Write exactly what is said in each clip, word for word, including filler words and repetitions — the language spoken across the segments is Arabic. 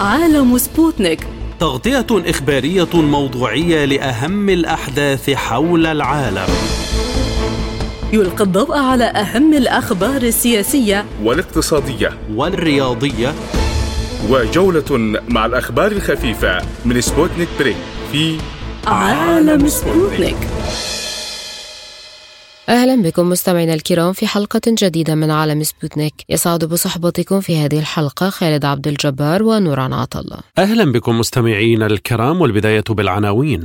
عالم سبوتنيك، تغطية إخبارية موضوعية لأهم الأحداث حول العالم. يلقي الضوء على أهم الأخبار السياسية والاقتصادية والرياضية، وجولة مع الأخبار الخفيفة من سبوتنيك بريك في عالم سبوتنيك. أهلا بكم مستمعينا الكرام في حلقة جديدة من عالم سبوتنيك. يسعد بصحبتكم في هذه الحلقة خالد عبد الجبار ونوران عطلة. أهلا بكم مستمعينا الكرام، والبداية بالعناوين.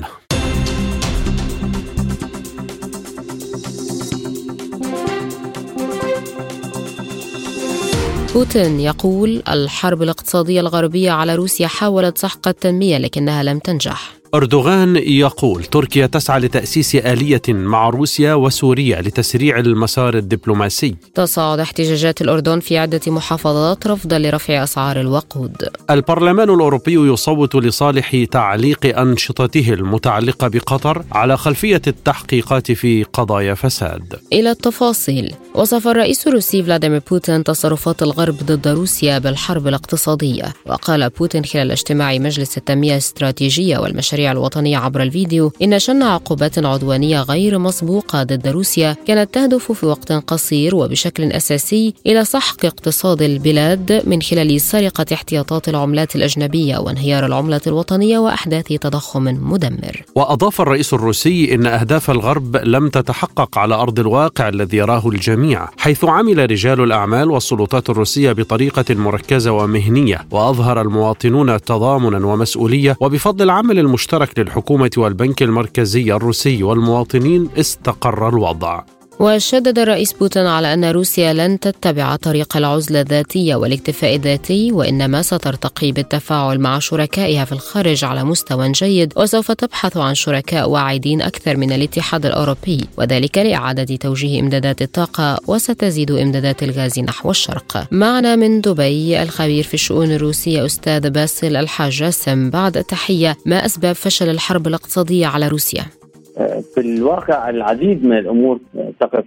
بوتين يقول الحرب الاقتصادية الغربية على روسيا حاولت سحق التنمية لكنها لم تنجح. أردوغان يقول تركيا تسعى لتأسيس آلية مع روسيا وسوريا لتسريع المسار الدبلوماسي. تصاعد احتجاجات الأردن في عدة محافظات رفضا لرفع أسعار الوقود. البرلمان الأوروبي يصوت لصالح تعليق أنشطته المتعلقة بقطر على خلفية التحقيقات في قضايا فساد. إلى التفاصيل. وصف الرئيس الروسي فلاديمير بوتين تصرفات الغرب ضد روسيا بالحرب الاقتصادية. وقال بوتين خلال اجتماع مجلس التنمية الاستراتيجية والمشاريع الوطنية عبر الفيديو إن شن عقوبات عدوانية غير مسبوقة ضد روسيا كانت تهدف في وقت قصير وبشكل أساسي إلى سحق اقتصاد البلاد من خلال سرقة احتياطات العملات الأجنبية وانهيار العملة الوطنية وأحداث تضخم مدمر. وأضاف الرئيس الروسي إن أهداف الغرب لم تتحقق على أرض الواقع الذي يراه الجميع، حيث عمل رجال الأعمال والسلطات الروسية بطريقة مركزة ومهنية، وأظهر المواطنون تضامنا ومسؤولية، وبفضل العمل المشترك للحكومة والبنك المركزي الروسي والمواطنين استقر الوضع. وشدد الرئيس بوتين على أن روسيا لن تتبع طريق العزلة الذاتية والاكتفاء الذاتي، وإنما سترتقي بالتفاعل مع شركائها في الخارج على مستوى جيد، وسوف تبحث عن شركاء واعدين أكثر من الاتحاد الأوروبي، وذلك لإعادة توجيه إمدادات الطاقة، وستزيد إمدادات الغاز نحو الشرق. معنا من دبي الخبير في الشؤون الروسية أستاذ باسل الحاج جاسم. بعد التحية، ما أسباب فشل الحرب الاقتصادية على روسيا؟ في الواقع العديد من الأمور تقف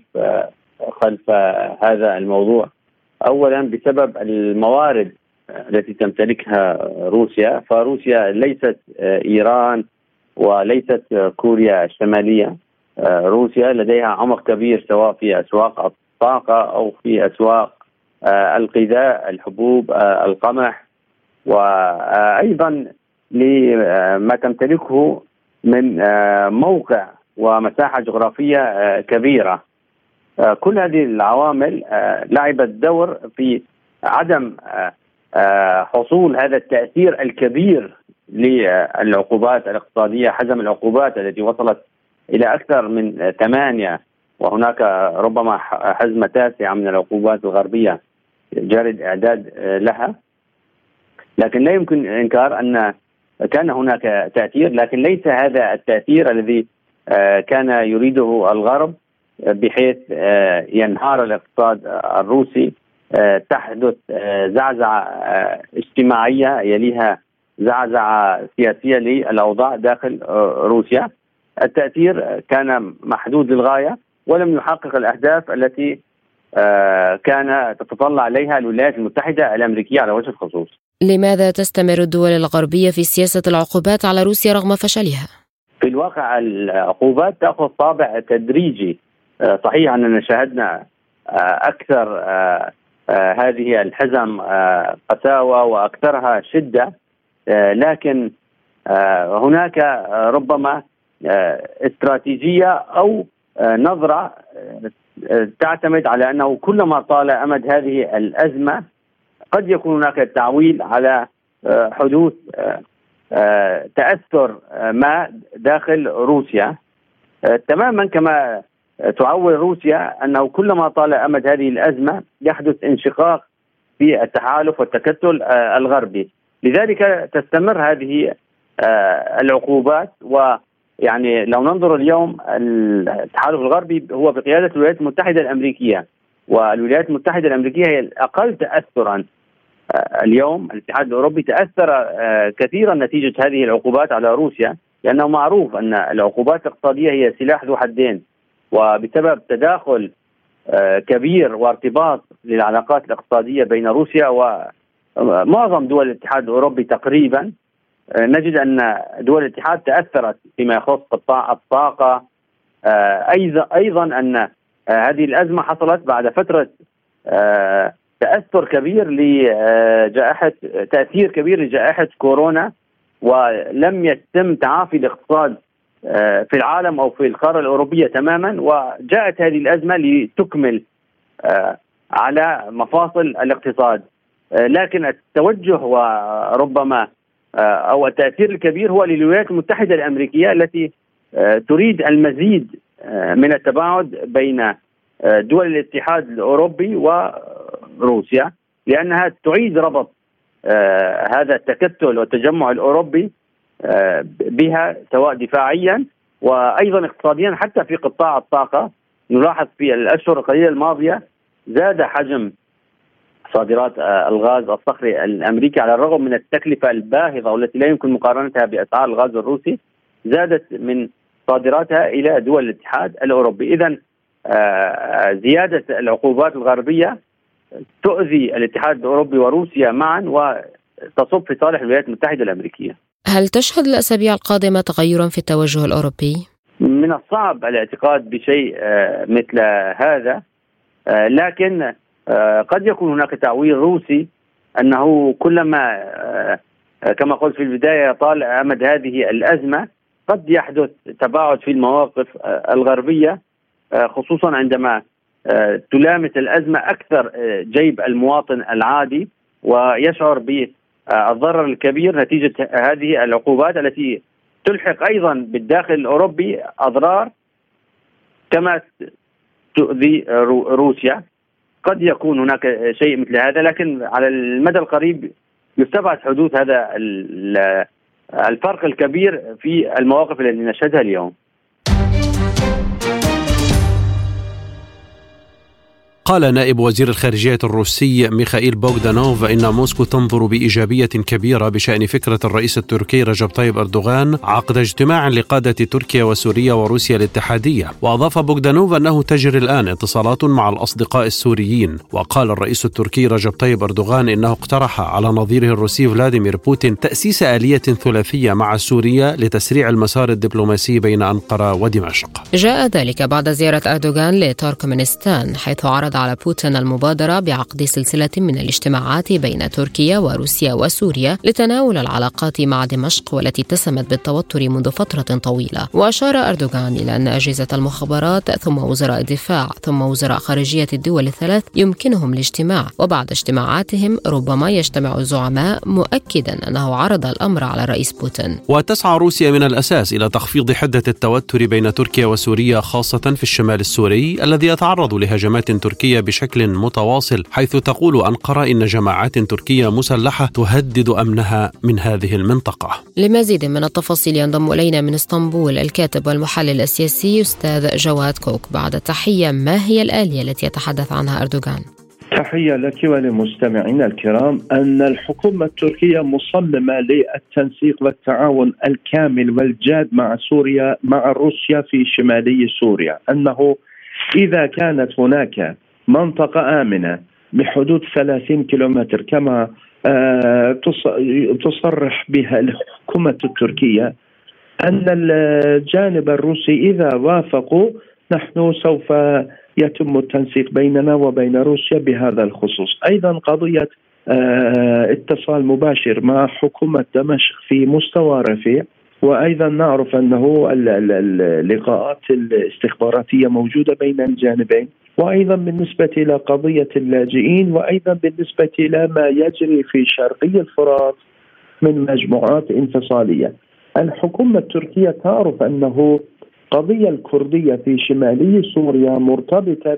خلف هذا الموضوع. أولا بسبب الموارد التي تمتلكها روسيا، فروسيا ليست إيران وليست كوريا الشمالية. روسيا لديها عمق كبير سواء في أسواق الطاقة أو في أسواق الغذاء، الحبوب، القمح، وأيضا لما تمتلكه من موقع ومساحة جغرافية كبيرة. كل هذه العوامل لعبت دور في عدم حصول هذا التأثير الكبير للعقوبات الاقتصادية، حجم العقوبات التي وصلت إلى أكثر من ثمانية، وهناك ربما حزمة تاسعة من العقوبات الغربية جاري الإعداد لها. لكن لا يمكن إنكار أن كان هناك تأثير، لكن ليس هذا التأثير الذي كان يريده الغرب، بحيث ينهار الاقتصاد الروسي، تحدث زعزعة اجتماعية يليها زعزعة سياسية للأوضاع داخل روسيا. التأثير كان محدود للغاية ولم يحقق الأهداف التي كان تتطلع عليها الولايات المتحدة الأمريكية على وجه الخصوص. لماذا تستمر الدول الغربية في سياسة العقوبات على روسيا رغم فشلها؟ في الواقع العقوبات تأخذ طابع تدريجي. صحيح أننا شاهدنا أكثر هذه الحزم قساوة وأكثرها شدة، لكن هناك ربما استراتيجية أو نظرة تعتمد على أنه كلما طال أمد هذه الأزمة قد يكون هناك تعويل على حدوث تأثر ما داخل روسيا، تماما كما تعول روسيا أنه كلما طال أمد هذه الأزمة يحدث انشقاق في التحالف والتكتل الغربي. لذلك تستمر هذه العقوبات. ويعني لو ننظر اليوم، التحالف الغربي هو بقيادة الولايات المتحدة الأمريكية، والولايات المتحدة الأمريكية هي الأقل تأثرا. اليوم الاتحاد الأوروبي تأثر كثيرا نتيجة هذه العقوبات على روسيا، لأنه معروف أن العقوبات الاقتصادية هي سلاح ذو حدين، وبسبب تداخل كبير وارتباط للعلاقات الاقتصادية بين روسيا معظم دول الاتحاد الأوروبي تقريبا نجد أن دول الاتحاد تأثرت فيما يخص قطاع الطاقة. أيضا أيضا أن هذه الأزمة حصلت بعد فترة تأثر كبير لجائحة تأثير كبير لجائحة كورونا، ولم يتم تعافي الاقتصاد في العالم أو في القارة الأوروبية تماما، وجاءت هذه الأزمة لتكمل على مفاصل الاقتصاد. لكن التوجه وربما أو التأثير الكبير هو للولايات المتحدة الأمريكية التي تريد المزيد من التباعد بين دول الاتحاد الأوروبي وروسيا، لأنها تعيد ربط هذا التكتل والتجمع الأوروبي بها سواء دفاعيا وأيضا اقتصاديا. حتى في قطاع الطاقة نلاحظ في الأشهر القليلة الماضية زاد حجم صادرات الغاز الصخري الأمريكي على الرغم من التكلفة الباهظة والتي لا يمكن مقارنتها بأسعار الغاز الروسي، زادت من صادراتها إلى دول الاتحاد الأوروبي. إذن زيادة العقوبات الغربية تؤذي الاتحاد الأوروبي وروسيا معا وتصب في صالح الولايات المتحدة الأمريكية. هل تشهد الأسابيع القادمة تغيرا في التوجه الأوروبي؟ من الصعب الاعتقاد بشيء مثل هذا، لكن قد يكون هناك تعويل روسي أنه كلما كما قلت في البداية طال أمد هذه الأزمة قد يحدث تباعد في المواقف الغربية، خصوصا عندما تلامس الأزمة أكثر جيب المواطن العادي ويشعر بالضرر الكبير نتيجة هذه العقوبات التي تلحق أيضا بالداخل الأوروبي أضرار كما تؤذي روسيا. قد يكون هناك شيء مثل هذا، لكن على المدى القريب يستبعد حدوث هذا الفرق الكبير في المواقف التي نشهدها اليوم. قال نائب وزير الخارجية الروسي ميخائيل بوغدانوف إن موسكو تنظر بإيجابية كبيرة بشأن فكرة الرئيس التركي رجب طيب أردوغان عقد اجتماع لقادة تركيا وسوريا وروسيا الاتحادية. وأضاف بوغدانوف أنه تجري الآن اتصالات مع الأصدقاء السوريين. وقال الرئيس التركي رجب طيب أردوغان إنه اقترح على نظيره الروسي فلاديمير بوتين تأسيس آلية ثلاثية مع سوريا لتسريع المسار الدبلوماسي بين أنقرة ودمشق. جاء ذلك بعد زيارة أردوغان لتركمانستان، حيث عرض على بوتين المبادرة بعقد سلسلة من الاجتماعات بين تركيا وروسيا وسوريا لتناول العلاقات مع دمشق والتي اتسمت بالتوتر منذ فترة طويلة. وأشار أردوغان إلى أن أجهزة المخابرات ثم وزراء الدفاع ثم وزراء خارجية الدول الثلاث يمكنهم الاجتماع، وبعد اجتماعاتهم ربما يجتمع الزعماء، مؤكدا أنه عرض الأمر على الرئيس بوتين. وتسعى روسيا من الأساس إلى تخفيض حدة التوتر بين تركيا وسوريا، خاصة في الشمال السوري الذي يتعرض لهجمات تركية بشكل متواصل، حيث تقول أنقرة إن جماعات تركية مسلحة تهدد أمنها من هذه المنطقة. لمزيد من التفاصيل ينضم إلينا من اسطنبول الكاتب والمحلل السياسي أستاذ جواد كوك. بعد تحية، ما هي الآلية التي يتحدث عنها أردوغان؟ تحية لك ولمستمعينا الكرام. أن الحكومة التركية مصممة للتنسيق والتعاون الكامل والجاد مع سوريا مع روسيا في شمالي سوريا، أنه إذا كانت هناك منطقة آمنة بحدود ثلاثين كيلومتر كما تصرح بها الحكومة التركية، أن الجانب الروسي إذا وافقوا نحن سوف يتم التنسيق بيننا وبين روسيا بهذا الخصوص. أيضا قضية اتصال مباشر مع حكومة دمشق في مستوى رفيع، وأيضا نعرف أنه اللقاءات الاستخباراتية موجودة بين الجانبين، وأيضا بالنسبة إلى قضية اللاجئين، وأيضا بالنسبة إلى ما يجري في شرقي الفرات من مجموعات انفصالية. الحكومة التركية تعرف أنه القضية الكردية في شمالي سوريا مرتبطة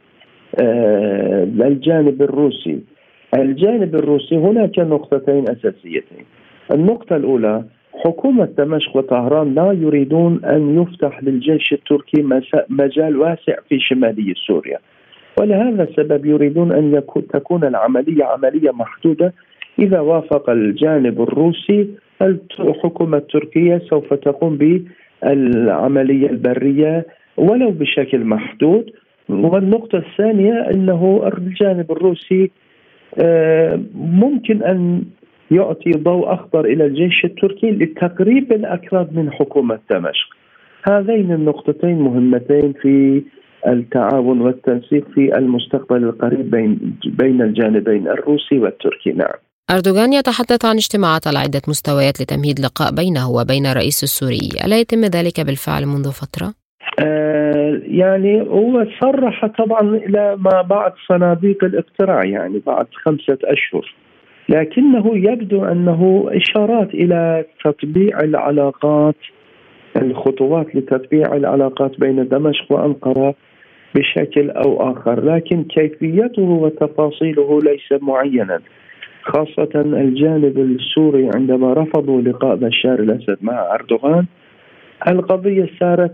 بالجانب الروسي. الجانب الروسي هناك نقطتين أساسيتين. النقطة الأولى، حكومة دمشق وطهران لا يريدون أن يفتح للجيش التركي مجال واسع في شمالي سوريا، ولهذا السبب يريدون أن تكون العملية عملية محدودة. إذا وافق الجانب الروسي الحكومة التركية سوف تقوم بالعملية البرية ولو بشكل محدود. والنقطة الثانية أنه الجانب الروسي ممكن أن يعطي ضوء أخضر إلى الجيش التركي لتقريب الأكراد من حكومة دمشق. هذين النقطتين مهمتين في التعاون والتنسيق في المستقبل القريب بين بين الجانبين الروسي والتركي. نعم. أردوغان يتحدث عن اجتماعات على عدة مستويات لتمهيد لقاء بينه وبين الرئيس السوري، ألا يتم ذلك بالفعل منذ فترة؟ آه يعني هو صرح طبعا إلى ما بعد صناديق الاقتراع، يعني بعد خمسة أشهر، لكنه يبدو أنه إشارات إلى تطبيع العلاقات، الخطوات لتطبيع العلاقات بين دمشق وأنقرة بشكل أو آخر، لكن كيفيته وتفاصيله ليس معينا، خاصة الجانب السوري عندما رفضوا لقاء بشار الأسد مع أردوغان. القضية صارت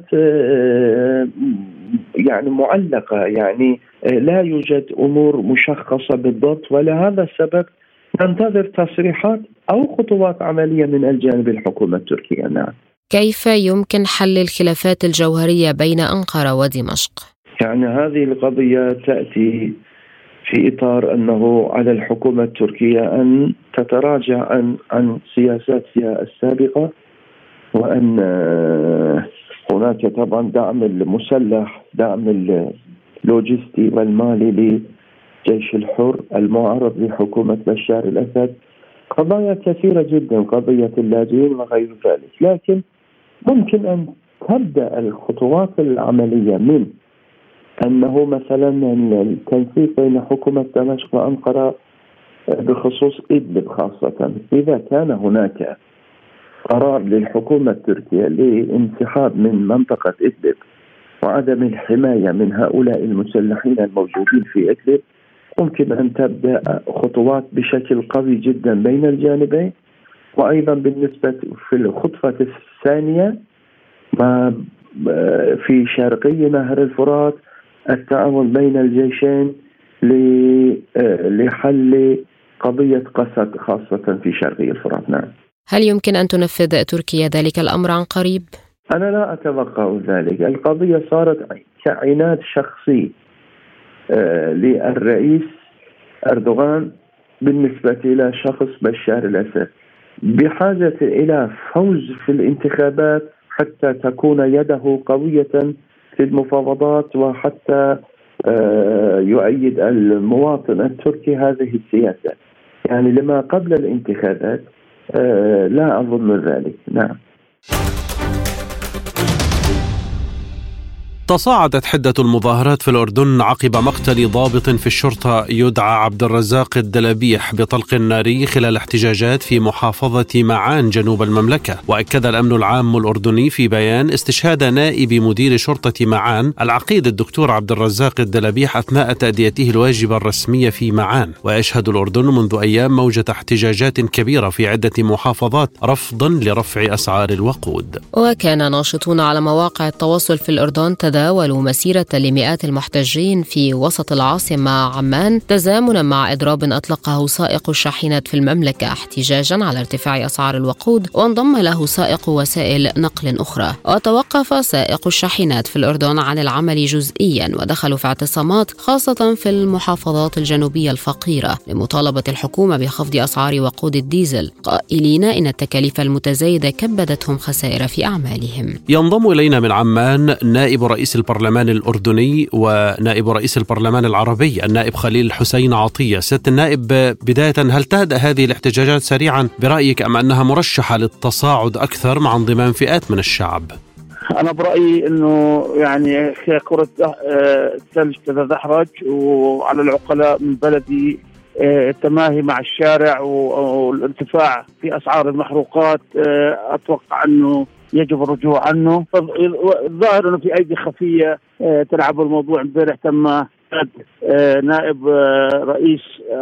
يعني معلقة، يعني لا يوجد أمور مشخصة بالضبط، ولهذا السبب ننتظر تصريحات أو خطوات عملية من الجانب الحكومة التركية. نعم. كيف يمكن حل الخلافات الجوهرية بين أنقرة ودمشق؟ يعني هذه القضية تأتي في إطار أنه على الحكومة التركية أن تتراجع عن عن سياساتها السابقة، وأن هناك طبعا دعم المسلح، دعم اللوجستي والمالي لجيش الحر المعارض لحكومة بشار الأسد، قضايا كثيرة جدا، قضية اللاجئين وغير ذلك. لكن ممكن أن تبدأ الخطوات العملية من أنه مثلا التنسيق بين حكومة دمشق وأنقرة بخصوص إدلب خاصة، إذا كان هناك قرار للحكومة التركية للانسحاب من منطقة إدلب وعدم الحماية من هؤلاء المسلحين الموجودين في إدلب، ممكن أن تبدأ خطوات بشكل قوي جدا بين الجانبين. وأيضا بالنسبة في الخطوة الثانية ما في شرقي نهر الفرات، التعاون بين الجيشين لحل قضية قسد خاصة في شرقي الفرات. نعم. هل يمكن أن تنفذ تركيا ذلك الأمر عن قريب؟ أنا لا أتوقع ذلك. القضية صارت كعناد شخصي للرئيس أردوغان بالنسبة إلى شخص بشار الأسد، بحاجة إلى فوز في الانتخابات حتى تكون يده قوية في المفاوضات، وحتى يؤيد المواطن التركي هذه السياسة. يعني لما قبل الانتخابات لا أظن ذلك. نعم. تصاعدت حدة المظاهرات في الأردن عقب مقتل ضابط في الشرطة يدعى عبد الرزاق الدلبيح بطلق ناري خلال احتجاجات في محافظة معان جنوب المملكة. وأكد الأمن العام الأردني في بيان استشهاد نائب مدير شرطة معان العقيد الدكتور عبد الرزاق الدلبيح أثناء تأديته الواجب الرسمي في معان. ويشهد الأردن منذ أيام موجة احتجاجات كبيرة في عدة محافظات رفضا لرفع أسعار الوقود. وكان ناشطون على مواقع التواصل في الأردن تداولوا مسيرة لمئات المحتجين في وسط العاصمة عمان، تزامنا مع إضراب أطلقه سائق الشاحنات في المملكة احتجاجا على ارتفاع أسعار الوقود، وانضم له سائق وسائل نقل أخرى. وتوقف سائق الشاحنات في الأردن عن العمل جزئيا، ودخلوا في اعتصامات خاصة في المحافظات الجنوبية الفقيرة لمطالبة الحكومة بخفض أسعار وقود الديزل، قائلين إن التكاليف المتزايدة كبدتهم خسائر في أعمالهم. ينضم إلينا من عمان نائب رئيس البرلمان الأردني ونائب رئيس البرلمان العربي النائب خليل حسين عطية. سيادة النائب، بداية هل تهدأ هذه الاحتجاجات سريعا برأيك أم أنها مرشحة للتصاعد أكثر مع انضمام فئات من الشعب؟ أنا برأيي أنه يعني كرة الثلج تتدحرج، وعلى العقلاء من بلدي التماهي مع الشارع والارتفاع في أسعار المحروقات، أتوقع أنه يجب الرجوع عنه. الظاهر أنه في أيدي خفية تلعب الموضوع. امبارح تم نائب رئيس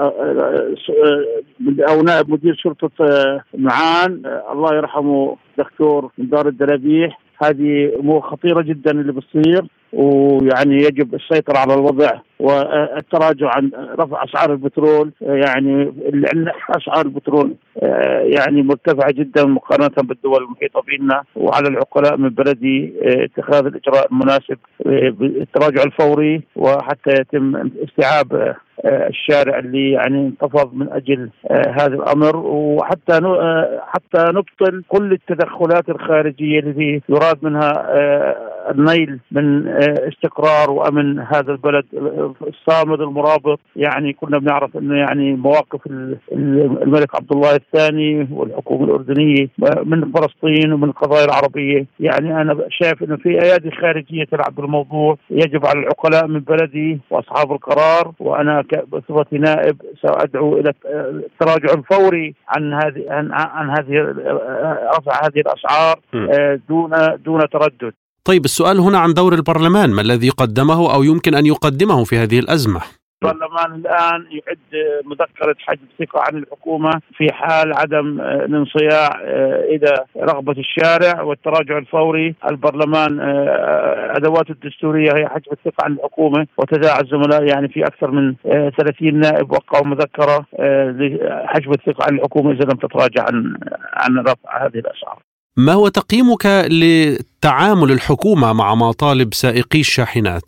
أو نائب مدير شرطة معان الله يرحمه دكتور دار الدلبيح. هذه أمور خطيرة جدا اللي بتصير، ويعني يجب السيطرة على الوضع والتراجع عن رفع أسعار البترول. يعني أسعار البترول يعني مرتفعة جدا مقارنة بالدول المحيطة بنا، وعلى العقلاء من بلدي اتخاذ الإجراء المناسب بالتراجع الفوري، وحتى يتم استيعاب الشارع اللي يعني انتفض من أجل هذا الأمر، وحتى حتى نبطل كل التدخلات الخارجية التي يراد منها النيل من استقرار وأمن هذا البلد الصامد المرابط. يعني كنا بنعرف أنه يعني مواقف الملك عبد الله الثاني والحكومة الأردنية من فلسطين ومن القضايا العربية. يعني أنا شايف أنه في أيادي خارجية تلعب بالموضوع. يجب على العقلاء من بلدي وأصحاب القرار، وأنا بصفتي نائب سأدعو إلى التراجع الفوري عن هذه عن, عن هذه رفع هذه الأسعار دون دون تردد. طيب السؤال هنا عن دور البرلمان، ما الذي قدمه أو يمكن أن يقدمه في هذه الأزمة؟ البرلمان الآن يعد مذكرة حجب ثقة عن الحكومة في حال عدم الانصياع إلى رغبة الشارع والتراجع الفوري. البرلمان أدواته الدستورية هي حجب الثقة عن الحكومة، وتداعى الزملاء يعني في أكثر من ثلاثين نائب وقعوا مذكرة لحجب الثقة عن الحكومة إذا لم تتراجع عن عن رفع هذه الأسعار. ما هو تقييمك لتعامل الحكومة مع مطالب سائقي الشاحنات؟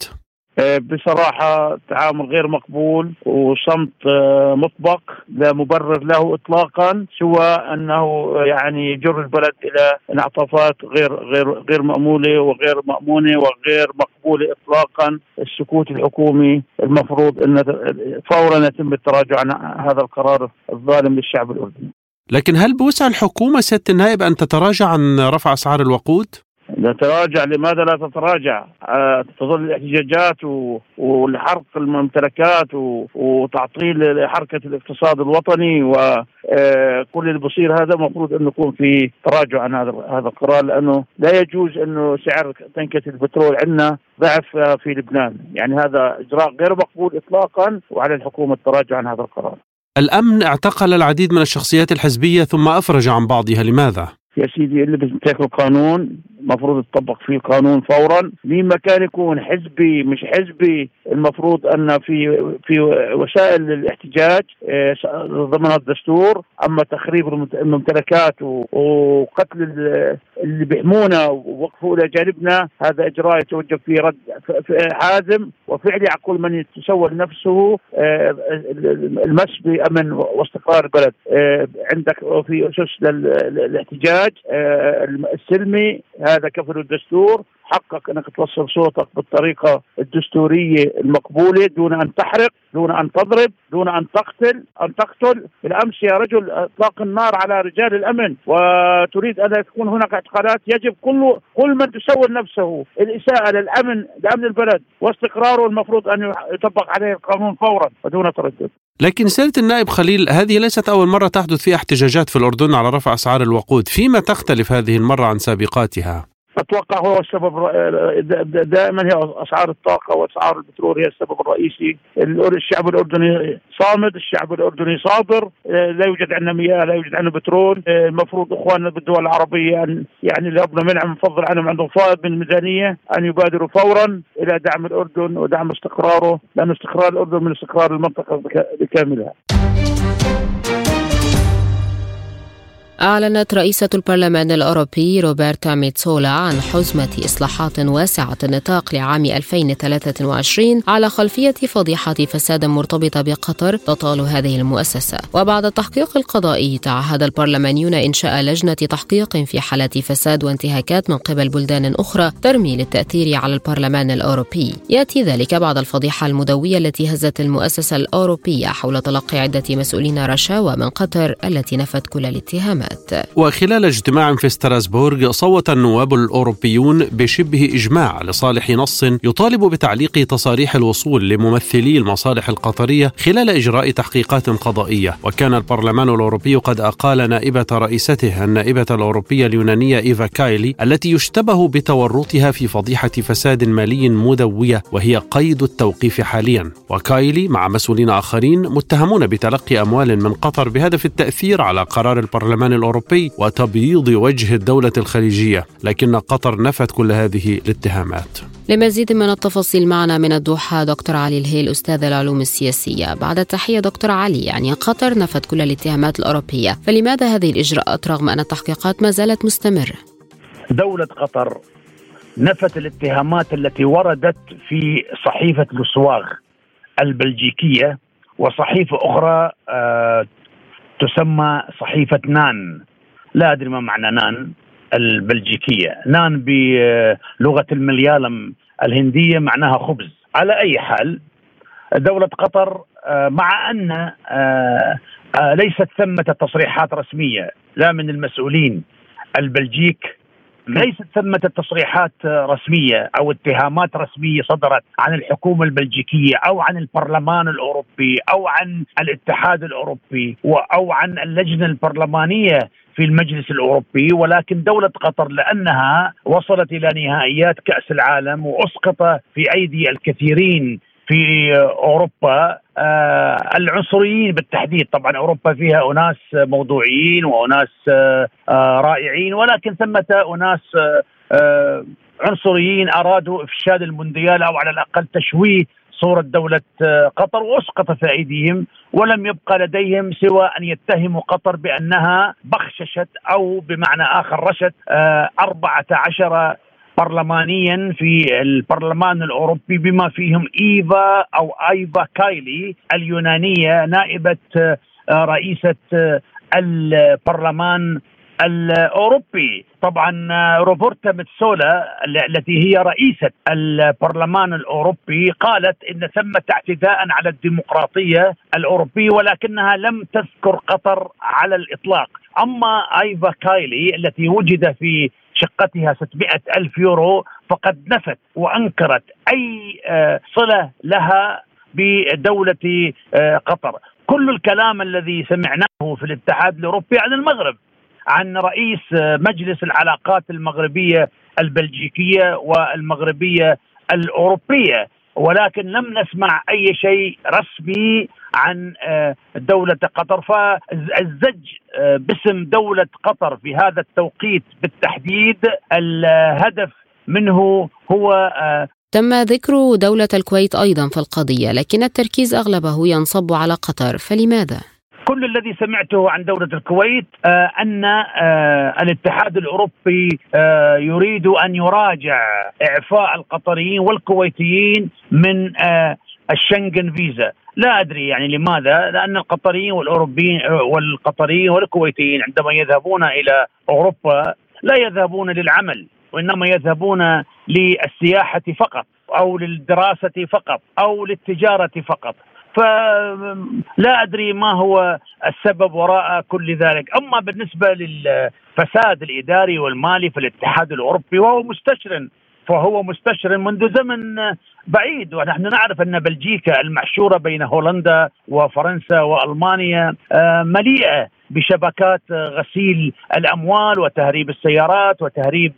بصراحة تعامل غير مقبول وصمت مطبق لا مبرر له إطلاقا، سوى أنه يعني يجر البلد إلى انعطافات غير غير غير مأمولة وغير مأمونة وغير مقبولة إطلاقا. السكوت الحكومي المفروض أن فورا يتم التراجع عن هذا القرار الظالم للشعب الأردني. لكن هل بوسع الحكومة سيادة النائب أن تتراجع عن رفع أسعار الوقود؟ تتراجع، لماذا لا تتراجع؟ آه تظل الاحتجاجات والحرق الممتلكات وتعطيل حركة الاقتصاد الوطني وكل اللي بصير هذا مفروض أن يكون في تراجع عن هذا هذا القرار، لأنه لا يجوز أنه سعر تنكة البترول عندنا ضعف في لبنان. يعني هذا إجراء غير مقبول إطلاقا، وعلى الحكومة التراجع عن هذا القرار. الأمن اعتقل العديد من الشخصيات الحزبية ثم أفرج عن بعضها، لماذا؟ يا سيدي اللي بيمتلك القانون المفروض يطبق فيه القانون فورا. مين ما كان يكون حزبي مش حزبي، المفروض أن في في وسائل الاحتجاج ضمن الدستور. أما تخريب الممتلكات وقتل اللي بيحمونا ووقفوا إلى جانبنا، هذا إجراء يتوجب فيه رد حازم وفعلي على كل من يتسول نفسه المس بأمن واستقرار البلد. عندك في أسس للاحتجاج السلمي، هذا كفل الدستور. حقق أنك توصل صوتك بالطريقة الدستورية المقبولة دون أن تحرق، دون أن تضرب، دون أن تقتل أن تقتل. بالأمس يا رجل إطلاق النار على رجال الأمن وتريد أن تكون هناك اعتقالات. يجب كل كل من تسول نفسه الإساءة للأمن لأمن البلد واستقراره المفروض أن يطبق عليه القانون فورا ودون تردد. لكن سيادة النائب خليل، هذه ليست أول مرة تحدث فيها احتجاجات في الأردن على رفع أسعار الوقود، فيما تختلف هذه المرة عن سابقاتها؟ أتوقع هو السبب دائما هي أسعار الطاقة وأسعار البترول هي السبب الرئيسي. الشعب الأردني صامد، الشعب الأردني صابر، لا يوجد عندنا مياه، لا يوجد عندنا بترول. المفروض إخواننا بالدول العربية أن يعني اللي ربنا منعم فضل عنهم عندهم فائض من الميزانية أن يبادروا فورا إلى دعم الأردن ودعم استقراره، لأن استقرار الأردن من استقرار المنطقة بكاملها. أعلنت رئيسة البرلمان الأوروبي روبرتا ميتسولا عن حزمة إصلاحات واسعة النطاق لعام ألفين وثلاثة وعشرين على خلفية فضيحة فساد مرتبطة بقطر تطال هذه المؤسسة. وبعد التحقيق القضائي تعهد البرلمانيون إنشاء لجنة تحقيق في حالات فساد وانتهاكات من قبل بلدان أخرى ترمي للتأثير على البرلمان الأوروبي. يأتي ذلك بعد الفضيحة المدوية التي هزت المؤسسة الأوروبية حول تلقي عدة مسؤولين رشاوى من قطر التي نفت كل الاتهامات. وخلال اجتماع في ستراسبورغ صوت النواب الأوروبيون بشبه إجماع لصالح نص يطالب بتعليق تصاريح الوصول لممثلي المصالح القطرية خلال إجراء تحقيقات قضائية. وكان البرلمان الأوروبي قد أقال نائبة رئيسته النائبة الأوروبية اليونانية إيفا كايلي التي يشتبه بتورطها في فضيحة فساد مالي مدوية، وهي قيد التوقيف حاليا. وكايلي مع مسؤولين آخرين متهمون بتلقي أموال من قطر بهدف التأثير على قرار البرلمان الأوروبي وتبييض وجه الدولة الخليجية، لكن قطر نفت كل هذه الاتهامات. لمزيد من التفاصيل معنا من الدوحة دكتور علي الهيل أستاذ العلوم السياسية. بعد التحية دكتور علي، يعني قطر نفت كل الاتهامات الأوروبية، فلماذا هذه الإجراءات رغم أن التحقيقات ما زالت مستمرة؟ دولة قطر نفت الاتهامات التي وردت في صحيفة لوسواغ البلجيكية وصحيفة أخرى تسمى صحيفة نان. لا أدري ما معنى نان البلجيكية. نان بلغة المليالم الهندية معناها خبز. على أي حال، دولة قطر مع أن ليست ثمة تصريحات رسمية لا من المسؤولين البلجيك، ليست ثمة تصريحات رسمية أو اتهامات رسمية صدرت عن الحكومة البلجيكية أو عن البرلمان الأوروبي أو عن الاتحاد الأوروبي أو عن اللجنة البرلمانية في المجلس الأوروبي، ولكن دولة قطر لأنها وصلت إلى نهائيات كأس العالم وأسقط في أيدي الكثيرين في أوروبا، آه العنصريين بالتحديد. طبعا أوروبا فيها أناس موضوعيين وأناس آه آه رائعين، ولكن ثمة أناس آه آه عنصريين أرادوا إفشال المونديال أو على الأقل تشويه صورة دولة آه قطر، وأسقط في أيديهم، ولم يبقى لديهم سوى أن يتهموا قطر بأنها بخششت أو بمعنى آخر رشت آه أربعة عشر برلمانيا في البرلمان الأوروبي، بما فيهم إيفا أو آيفا كايلي اليونانية نائبة رئيسة البرلمان الأوروبي. طبعا روبرتا ميتسولا التي هي رئيسة البرلمان الأوروبي قالت إن ثمة اعتداء على الديمقراطية الأوروبية، ولكنها لم تذكر قطر على الإطلاق. أما آيفا كايلي التي وجد في شقتها ستمائة ألف يورو فقد نفت وأنكرت أي صلة لها بدولة قطر. كل الكلام الذي سمعناه في الاتحاد الأوروبي عن المغرب، عن رئيس مجلس العلاقات المغربية البلجيكية والمغربية الأوروبية، ولكن لم نسمع أي شيء رسمي عن دولة قطر. فالزج باسم دولة قطر في هذا التوقيت بالتحديد الهدف منه هو تم ذكر دولة الكويت أيضا في القضية، لكن التركيز أغلبه ينصب على قطر، فلماذا؟ كل الذي سمعته عن دولة الكويت آه أن آه الاتحاد الأوروبي آه يريد أن يراجع إعفاء القطريين والكويتيين من آه الشنغن فيزا. لا أدري يعني لماذا، لأن القطريين والأوروبيين والقطريين والكويتيين عندما يذهبون إلى أوروبا لا يذهبون للعمل، وإنما يذهبون للسياحة فقط أو للدراسة فقط أو للتجارة فقط. فلا أدري ما هو السبب وراء كل ذلك. أما بالنسبة للفساد الإداري والمالي في الاتحاد الأوروبي وهو مستشر، فهو مستشر منذ زمن بعيد، ونحن نعرف أن بلجيكا المحشورة بين هولندا وفرنسا وألمانيا مليئة بشبكات غسيل الأموال وتهريب السيارات وتهريب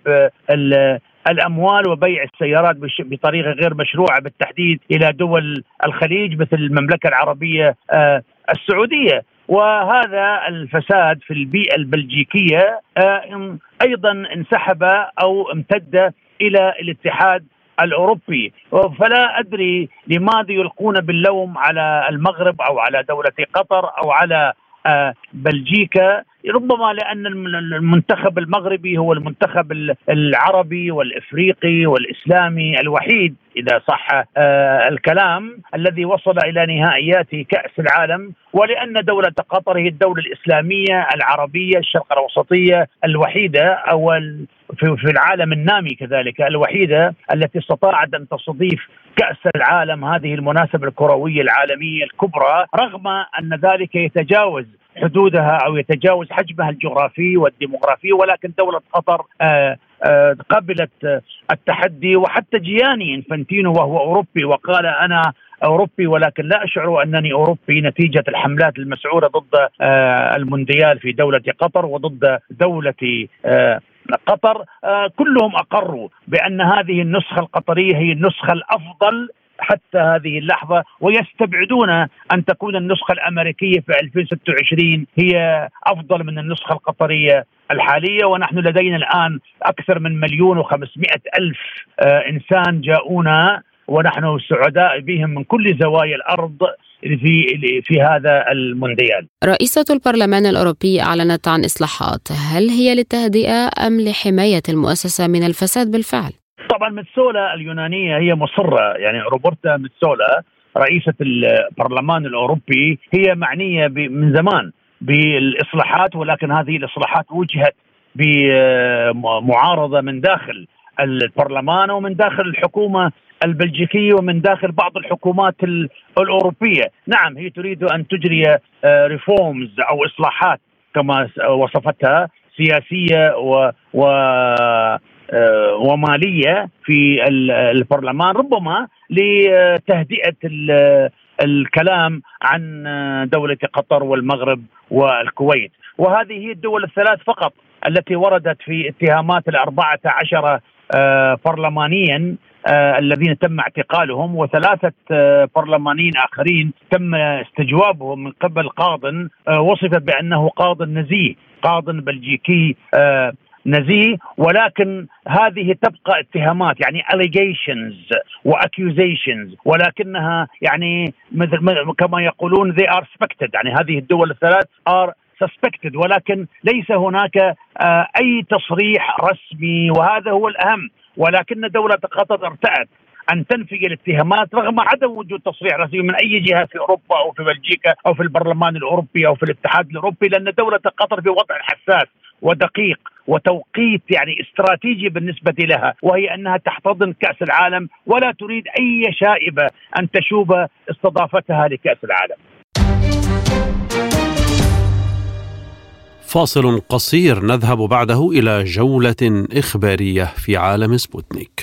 الأموال وبيع السيارات بطريقة غير مشروعة بالتحديد إلى دول الخليج مثل المملكة العربية السعودية. وهذا الفساد في البيئة البلجيكية أيضا انسحب أو امتد إلى الاتحاد الأوروبي. فلا أدري لماذا يلقون باللوم على المغرب أو على دولة قطر أو على بلجيكا. ربما لأن المنتخب المغربي هو المنتخب العربي والإفريقي والإسلامي الوحيد إذا صح الكلام الذي وصل إلى نهائيات كأس العالم، ولأن دولة قطر هي الدولة الإسلامية العربية الشرق الأوسطية الوحيدة أو في العالم النامي كذلك الوحيدة التي استطاعت أن تستضيف كأس العالم، هذه المناسبة الكروية العالمية الكبرى، رغم أن ذلك يتجاوز حدودها أو يتجاوز حجمها الجغرافي والديموغرافي. ولكن دولة قطر آآ آآ قبلت التحدي، وحتى جياني إنفانتينو وهو أوروبي وقال أنا أوروبي ولكن لا أشعر أنني أوروبي نتيجة الحملات المسعورة ضد المونديال في دولة قطر وضد دولة قطر. كلهم أقروا بأن هذه النسخة القطرية هي النسخة الأفضل حتى هذه اللحظة، ويستبعدون أن تكون النسخة الأمريكية في ألفين وستة وعشرين هي أفضل من النسخة القطرية الحالية. ونحن لدينا الآن أكثر من مليون وخمسمائة ألف إنسان جاءونا، ونحن سعداء بهم من كل زوايا الأرض في في هذا المونديال. رئيسة البرلمان الأوروبي أعلنت عن إصلاحات، هل هي للتهدئة أم لحماية المؤسسة من الفساد بالفعل؟ طبعا ميتسولا اليونانية هي مصرة، يعني روبرتا ميتسولا رئيسة البرلمان الأوروبي هي معنية من زمان بالإصلاحات، ولكن هذه الإصلاحات وجهت بمعارضة من داخل البرلمان ومن داخل الحكومة البلجيكية ومن داخل بعض الحكومات الأوروبية. نعم، هي تريد أن تجري ريفورمز أو إصلاحات كما وصفتها سياسية و, و ومالية في البرلمان، ربما لتهدئة الكلام عن دولة قطر والمغرب والكويت. وهذه هي الدول الثلاث فقط التي وردت في اتهامات الأربعة عشر برلمانيا الذين تم اعتقالهم، وثلاثة برلمانيين آخرين تم استجوابهم من قبل قاض وصف بأنه قاض نزيه، قاض بلجيكي نزيه، ولكن هذه تبقى اتهامات، يعني allegations وaccusations، ولكنها يعني مثل كما يقولون they are suspected، يعني هذه الدول الثلاث are suspected، ولكن ليس هناك أي تصريح رسمي، وهذا هو الأهم. ولكن دولة قطر ارتأت أن تنفي الاتهامات رغم عدم وجود تصريح رسمي من أي جهة في أوروبا أو في بلجيكا أو في البرلمان الأوروبي أو في الاتحاد الأوروبي، لأن دولة قطر في وضع حساس ودقيق وتوقيت يعني استراتيجي بالنسبة لها، وهي أنها تحتضن كأس العالم ولا تريد أي شائبة أن تشوب استضافتها لكأس العالم. فاصل قصير نذهب بعده إلى جولة إخبارية في عالم سبوتنيك.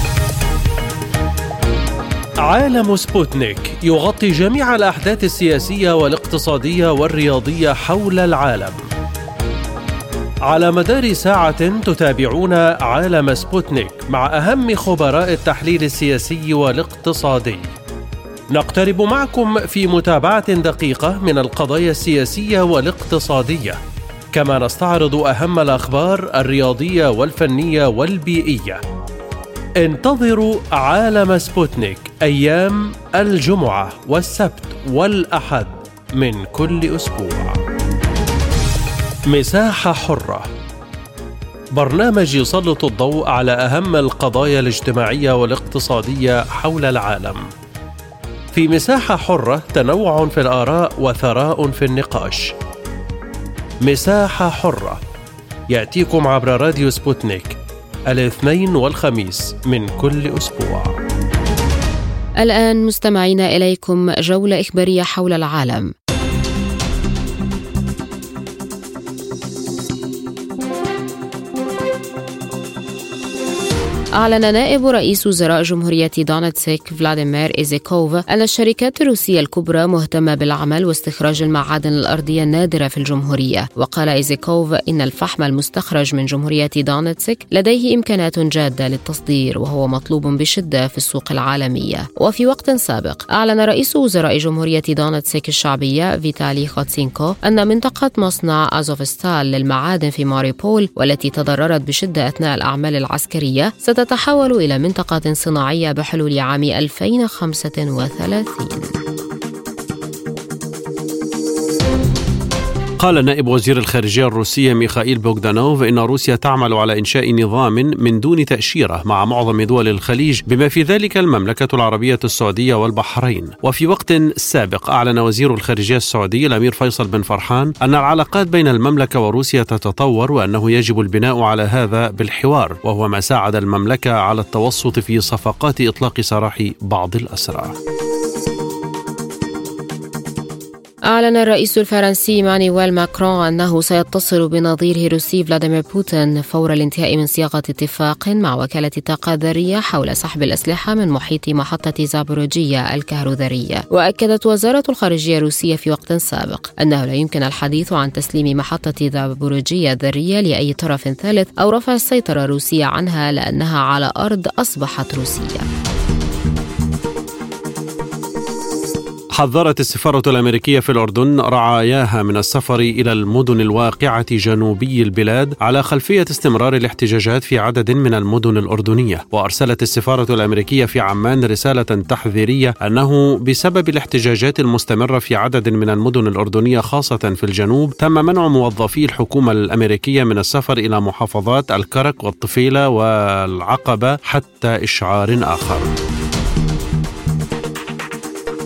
عالم سبوتنيك يغطي جميع الأحداث السياسية والاقتصادية والرياضية حول العالم. على مدار ساعة تتابعون عالم سبوتنيك مع أهم خبراء التحليل السياسي والاقتصادي. نقترب معكم في متابعة دقيقة من القضايا السياسية والاقتصادية، كما نستعرض أهم الأخبار الرياضية والفنية والبيئية. انتظروا عالم سبوتنيك أيام الجمعة والسبت والأحد من كل أسبوع. مساحة حرة، برنامج يسلط الضوء على أهم القضايا الاجتماعية والاقتصادية حول العالم. في مساحة حرة تنوع في الآراء وثراء في النقاش. مساحة حرة يأتيكم عبر راديو سبوتنيك الاثنين والخميس من كل أسبوع. الآن مستمعين إليكم جولة إخبارية حول العالم. أعلن نائب رئيس وزراء جمهورية دونتسك فلاديمير إيزيكوف أن الشركات الروسية الكبرى مهتمة بالعمل واستخراج المعادن الأرضية النادرة في الجمهورية. وقال إيزيكوف إن الفحم المستخرج من جمهورية دونتسك لديه إمكانات جادة للتصدير، وهو مطلوب بشدة في السوق العالمية. وفي وقت سابق أعلن رئيس وزراء جمهورية دونتسك الشعبية فيتالي خوتسينكو أن منطقة مصنع أزوفستال للمعادن في ماريبول، والتي تضررت بشدة أثناء الأعمال العسكرية، ستتحول إلى منطقة صناعية بحلول عام ألفين وخمسة وثلاثين. قال نائب وزير الخارجية الروسية ميخائيل بوغدانوف إن روسيا تعمل على إنشاء نظام من دون تأشيرة مع معظم دول الخليج، بما في ذلك المملكة العربية السعودية والبحرين. وفي وقت سابق أعلن وزير الخارجية السعودي الأمير فيصل بن فرحان أن العلاقات بين المملكة وروسيا تتطور، وأنه يجب البناء على هذا بالحوار، وهو ما ساعد المملكة على التوسط في صفقات إطلاق سراح بعض الأسرى. أعلن الرئيس الفرنسي إيمانويل ماكرون أنه سيتصل بنظيره الروسي فلاديمير بوتين فور الانتهاء من صياغة اتفاق مع وكالة الطاقة الذرية حول سحب الأسلحة من محيط محطة زابوروجيا الكهروذرية. وأكدت وزارة الخارجية الروسية في وقت سابق أنه لا يمكن الحديث عن تسليم محطة زابوروجيا الذرية لأي طرف ثالث أو رفع السيطرة الروسية عنها، لأنها على أرض أصبحت روسية. حذرت السفارة الأمريكية في الأردن رعاياها من السفر إلى المدن الواقعة جنوبي البلاد على خلفية استمرار الاحتجاجات في عدد من المدن الأردنية. وأرسلت السفارة الأمريكية في عمان رسالة تحذيرية أنه بسبب الاحتجاجات المستمرة في عدد من المدن الأردنية خاصة في الجنوب، تم منع موظفي الحكومة الأمريكية من السفر إلى محافظات الكرك والطفيلة والعقبة حتى إشعار آخر.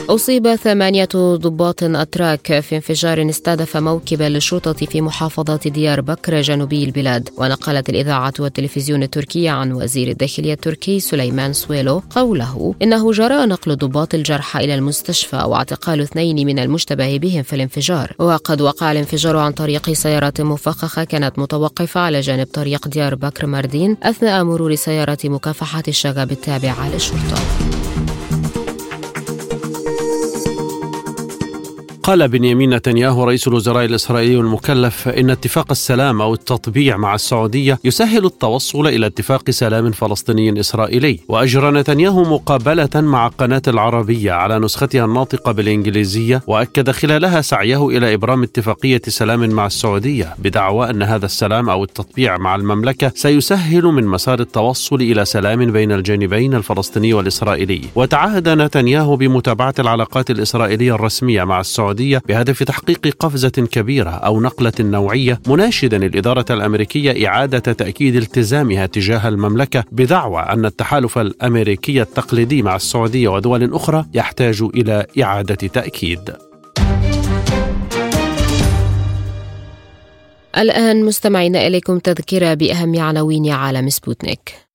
أصيب ثمانية ضباط أتراك في انفجار استهدف موكبا للشرطة في محافظة ديار بكر جنوبي البلاد. ونقلت الإذاعة والتلفزيون التركية عن وزير الداخلية التركي سليمان سويلو قوله إنه جرى نقل ضباط الجرحى إلى المستشفى واعتقال اثنين من المشتبه بهم في الانفجار. وقد وقع الانفجار عن طريق سيارة مفخخة كانت متوقفة على جانب طريق ديار بكر ماردين أثناء مرور سيارة مكافحة الشغب التابعة للشرطة. قال بنيامين نتنياهو رئيس الوزراء الإسرائيلي المكلف إن اتفاق السلام أو التطبيع مع السعودية يسهل التوصل إلى اتفاق سلام فلسطيني إسرائيلي. وأجرى نتنياهو مقابلة مع قناة العربية على نسختها الناطقة بالإنجليزية، وأكد خلالها سعيه إلى إبرام اتفاقية سلام مع السعودية، بدعوى أن هذا السلام أو التطبيع مع المملكة سيسهل من مسار التوصل إلى سلام بين الجانبين الفلسطيني والإسرائيلي. وتعهد نتنياهو بمتابعة العلاقات الإسرائيلية الرسمية مع السعودية بهدف تحقيق قفزة كبيرة أو نقلة نوعية، مناشدا الإدارة الأمريكية إعادة تأكيد التزامها تجاه المملكة، بدعوى أن التحالف الأمريكي التقليدي مع السعودية ودول أخرى يحتاج إلى إعادة تأكيد. الآن مستمعين إليكم تذكرة بأهم عناوين عالم سبوتنيك.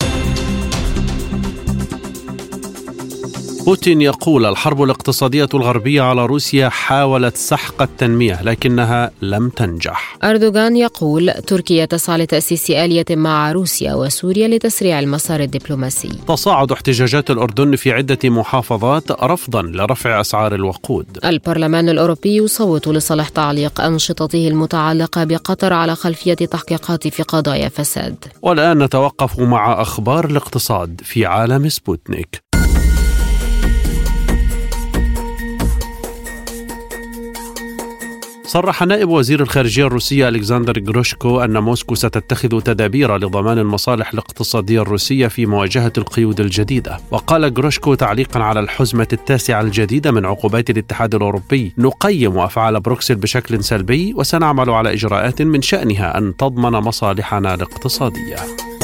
بوتين يقول الحرب الاقتصادية الغربية على روسيا حاولت سحق التنمية لكنها لم تنجح. أردوغان يقول تركيا تسعى لتأسيس آلية مع روسيا وسوريا لتسريع المسار الدبلوماسي. تصاعد احتجاجات الأردن في عدة محافظات رفضا لرفع أسعار الوقود. البرلمان الأوروبي يصوت لصالح تعليق أنشطته المتعلقة بقطر على خلفية تحقيقات في قضايا فساد. والآن نتوقف مع أخبار الاقتصاد في عالم سبوتنيك. صرح نائب وزير الخارجية الروسية ألكسندر غروشكو أن موسكو ستتخذ تدابير لضمان المصالح الاقتصادية الروسية في مواجهة القيود الجديدة. وقال غروشكو تعليقا على الحزمة التاسعة الجديدة من عقوبات الاتحاد الأوروبي: نقيم أفعال بروكسل بشكل سلبي وسنعمل على إجراءات من شأنها أن تضمن مصالحنا الاقتصادية.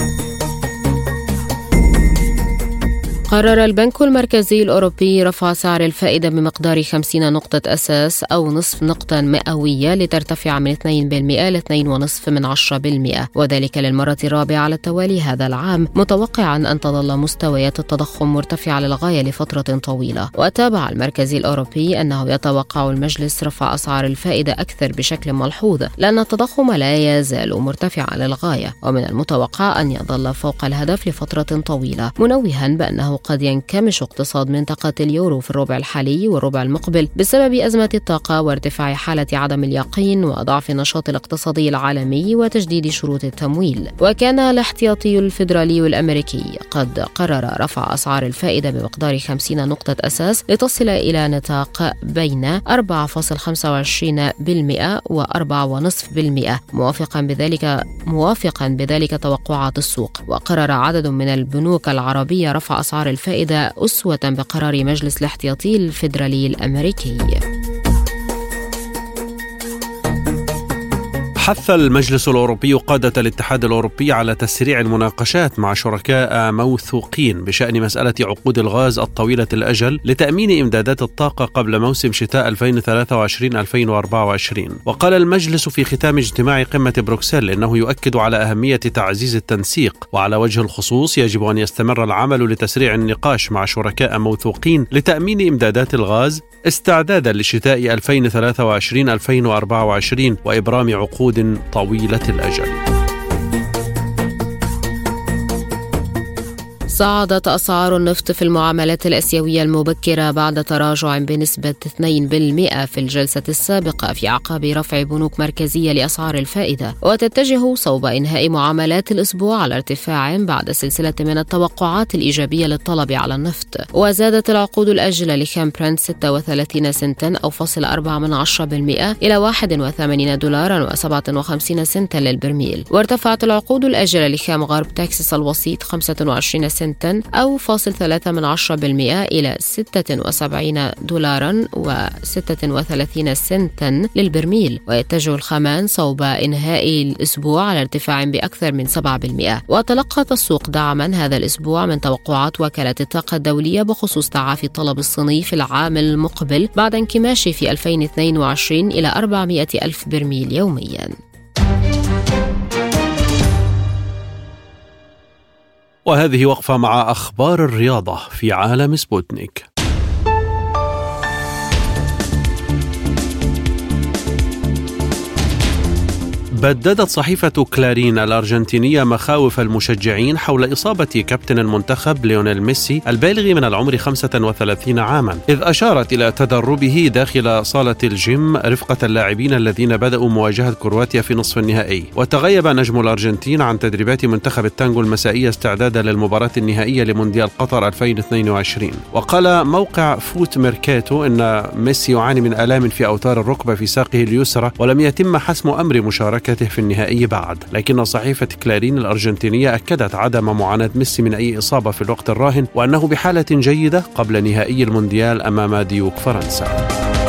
قرر البنك المركزي الأوروبي رفع سعر الفائدة بمقدار خمسين نقطة أساس أو نصف نقطة مئوية لترتفع من اثنين بالمئة ل اثنين فاصلة خمسة من عشرة بالمئة، وذلك للمرة الرابعة على التوالي هذا العام، متوقعا أن تظل مستويات التضخم مرتفعة للغاية لفترة طويلة. وتابع المركزي الأوروبي أنه يتوقع المجلس رفع أسعار الفائدة أكثر بشكل ملحوظ لأن التضخم لا يزال مرتفعا للغاية، ومن المتوقع أن يظل فوق الهدف لفترة طويلة، منوها بأنه قد ينكمش اقتصاد منطقة اليورو في الربع الحالي والربع المقبل بسبب أزمة الطاقة وارتفاع حالة عدم اليقين وضعف النشاط الاقتصادي العالمي وتجديد شروط التمويل. وكان الاحتياطي الفيدرالي الأمريكي قد قرر رفع أسعار الفائدة بمقدار خمسين نقطة أساس لتصل إلى نطاق بين أربعة فاصلة خمسة وعشرين بالمئة و أربعة فاصلة خمسة بالمئة، موافقا بذلك موافقا بذلك توقعات السوق. وقرر عدد من البنوك العربية رفع أسعار الفائدة أسوة بقرار مجلس الاحتياطي الفيدرالي الأمريكي. حث المجلس الأوروبي قادة الاتحاد الأوروبي على تسريع المناقشات مع شركاء موثوقين بشأن مسألة عقود الغاز الطويلة الأجل لتأمين إمدادات الطاقة قبل موسم شتاء ألفين وثلاثة وعشرين ألفين وأربعة وعشرين. وقال المجلس في ختام اجتماع قمة بروكسل إنه يؤكد على أهمية تعزيز التنسيق، وعلى وجه الخصوص يجب أن يستمر العمل لتسريع النقاش مع شركاء موثوقين لتأمين إمدادات الغاز استعدادا لشتاء ألفين وثلاثة وعشرين ألفين وأربعة وعشرين وإبرام عقود طويلة الأجل. صعدت أسعار النفط في المعاملات الآسيوية المبكرة بعد تراجع بنسبة اثنين بالمئة في الجلسة السابقة في أعقاب رفع بنوك مركزية لأسعار الفائدة، وتتجه صوب إنهاء معاملات الأسبوع على ارتفاع بعد سلسلة من التوقعات الإيجابية للطلب على النفط. وزادت العقود الآجلة لخام برنت ستة وثلاثين سنتا أو فاصل أربعة من عشرة بالمئة إلى واحد وثمانين دولارا وسبعة وخمسين سنتا للبرميل، وارتفعت العقود الآجلة لخام غرب تكساس الوسيط خمسة وعشرين سنتا سنتا أو فاصل ثلاثة من عشرة بالمئة إلى ستة وسبعين دولارا وستة وثلاثين سنتا للبرميل. ويتجه الخمان صوب إنهاء الأسبوع على ارتفاع بأكثر من سبعة بالمئة. وتلقت السوق دعما هذا الأسبوع من توقعات وكالة الطاقة الدولية بخصوص تعافي الطلب الصيني في العام المقبل بعد انكماشه في ألفين واثنين وعشرين إلى أربعمئة ألف برميل يوميا. وهذه وقفة مع أخبار الرياضة في عالم سبوتنيك. بددت صحيفة كلارين الأرجنتينية مخاوف المشجعين حول إصابة كابتن المنتخب ليونيل ميسي البالغ من العمر خمسة وثلاثين عاما، إذ أشارت إلى تدربه داخل صالة الجيم رفقة اللاعبين الذين بدأوا مواجهة كرواتيا في نصف النهائي. وتغيب نجم الأرجنتين عن تدريبات منتخب التانغو المسائية استعدادا للمباراة النهائية لمونديال قطر ألفين واثنين وعشرين. وقال موقع فوت ميركاتو إن ميسي يعاني من آلام في أوتار الركبة في ساقه اليسرى ولم يتم حسم أمر مشاركة في النهائي بعد. لكن صحيفة كلارين الأرجنتينية أكدت عدم معاناة ميسي من أي إصابة في الوقت الراهن وأنه بحالة جيدة قبل نهائي المونديال أمام ديوك فرنسا.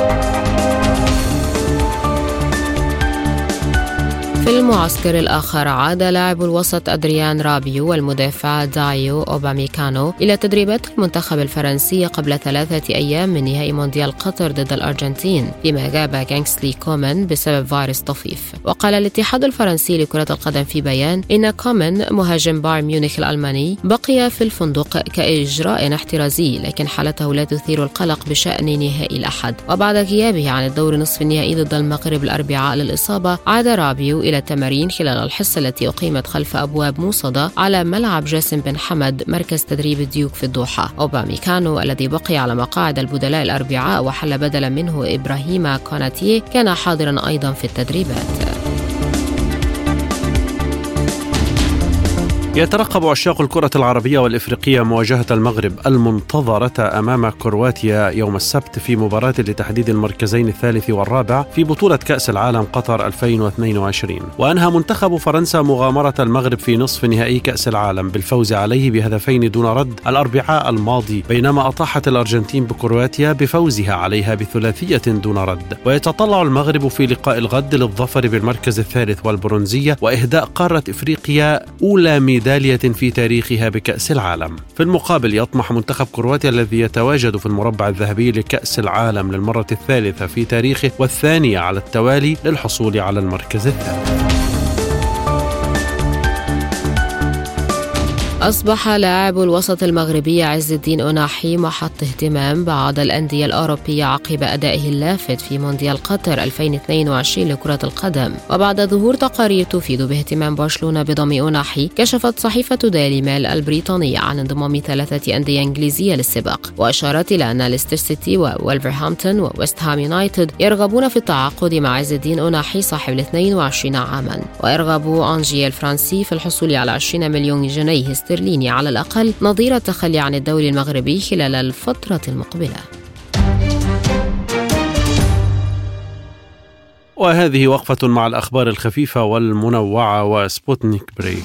في المعسكر الآخر عاد لاعب الوسط أدريان رابيو والمدافع دايو أوباميكانو إلى تدريبات المنتخب الفرنسي قبل ثلاثة أيام من نهائي مونديال قطر ضد الأرجنتين، فيما غاب كينغسلي كومان بسبب فيروس طفيف. وقال الاتحاد الفرنسي لكرة القدم في بيان إن كومان مهاجم بايرن ميونخ الألماني بقي في الفندق كإجراء احترازي، لكن حالته لا تثير القلق بشأن نهائي الأحد. وبعد غيابه عن الدور نصف النهائي ضد المغرب الأربعاء للإصابة، عاد رابيو إلى التمارين خلال الحصة التي أقيمت خلف أبواب موصدة على ملعب جاسم بن حمد مركز تدريب الديوك في الدوحة. أوباميكانو الذي بقي على مقاعد البدلاء الأربعاء وحل بدلا منه إبراهيم كوناتيه كان حاضرا أيضا في التدريبات. يترقب عشاق الكرة العربية والإفريقية مواجهة المغرب المنتظرة أمام كرواتيا يوم السبت في مباراة لتحديد المركزين الثالث والرابع في بطولة كأس العالم قطر ألفين واثنين وعشرين. وأنهى منتخب فرنسا مغامرة المغرب في نصف نهائي كأس العالم بالفوز عليه بهدفين دون رد الأربعاء الماضي، بينما أطاحت الأرجنتين بكرواتيا بفوزها عليها بثلاثية دون رد. ويتطلع المغرب في لقاء الغد للظفر بالمركز الثالث والبرونزية وإهداء قارة إفريقيا أولى ميدالية في تاريخها بكأس العالم. في المقابل يطمح منتخب كرواتيا الذي يتواجد في المربع الذهبي لكأس العالم للمرة الثالثة في تاريخه والثانية على التوالي للحصول على المركز الثالث. أصبح لاعب الوسط المغربي عز الدين أوناحي محط اهتمام بعض الأندية الأوروبية عقب أدائه اللافت في مونديال قطر ألفين واثنين وعشرين لكرة القدم. وبعد ظهور تقارير تفيد باهتمام برشلونة بضم أوناحي، كشفت صحيفة ديلي ميل البريطانية عن انضمام ثلاثة أندية إنجليزية للسباق، وأشارت إلى أن ليستر سيتي وولفرهامبتون وويست هام يونايتد يرغبون في التعاقد مع عز الدين أوناحي صاحب الاثنين وعشرين عاما. ويرغب أنجي الفرنسي في الحصول على عشرين مليون جنيه استرليني على الأقل نظير التخلي عن الدوري المغربي خلال الفترة المقبلة. وهذه وقفة مع الأخبار الخفيفة والمنوعة وسبوتنيك بريك.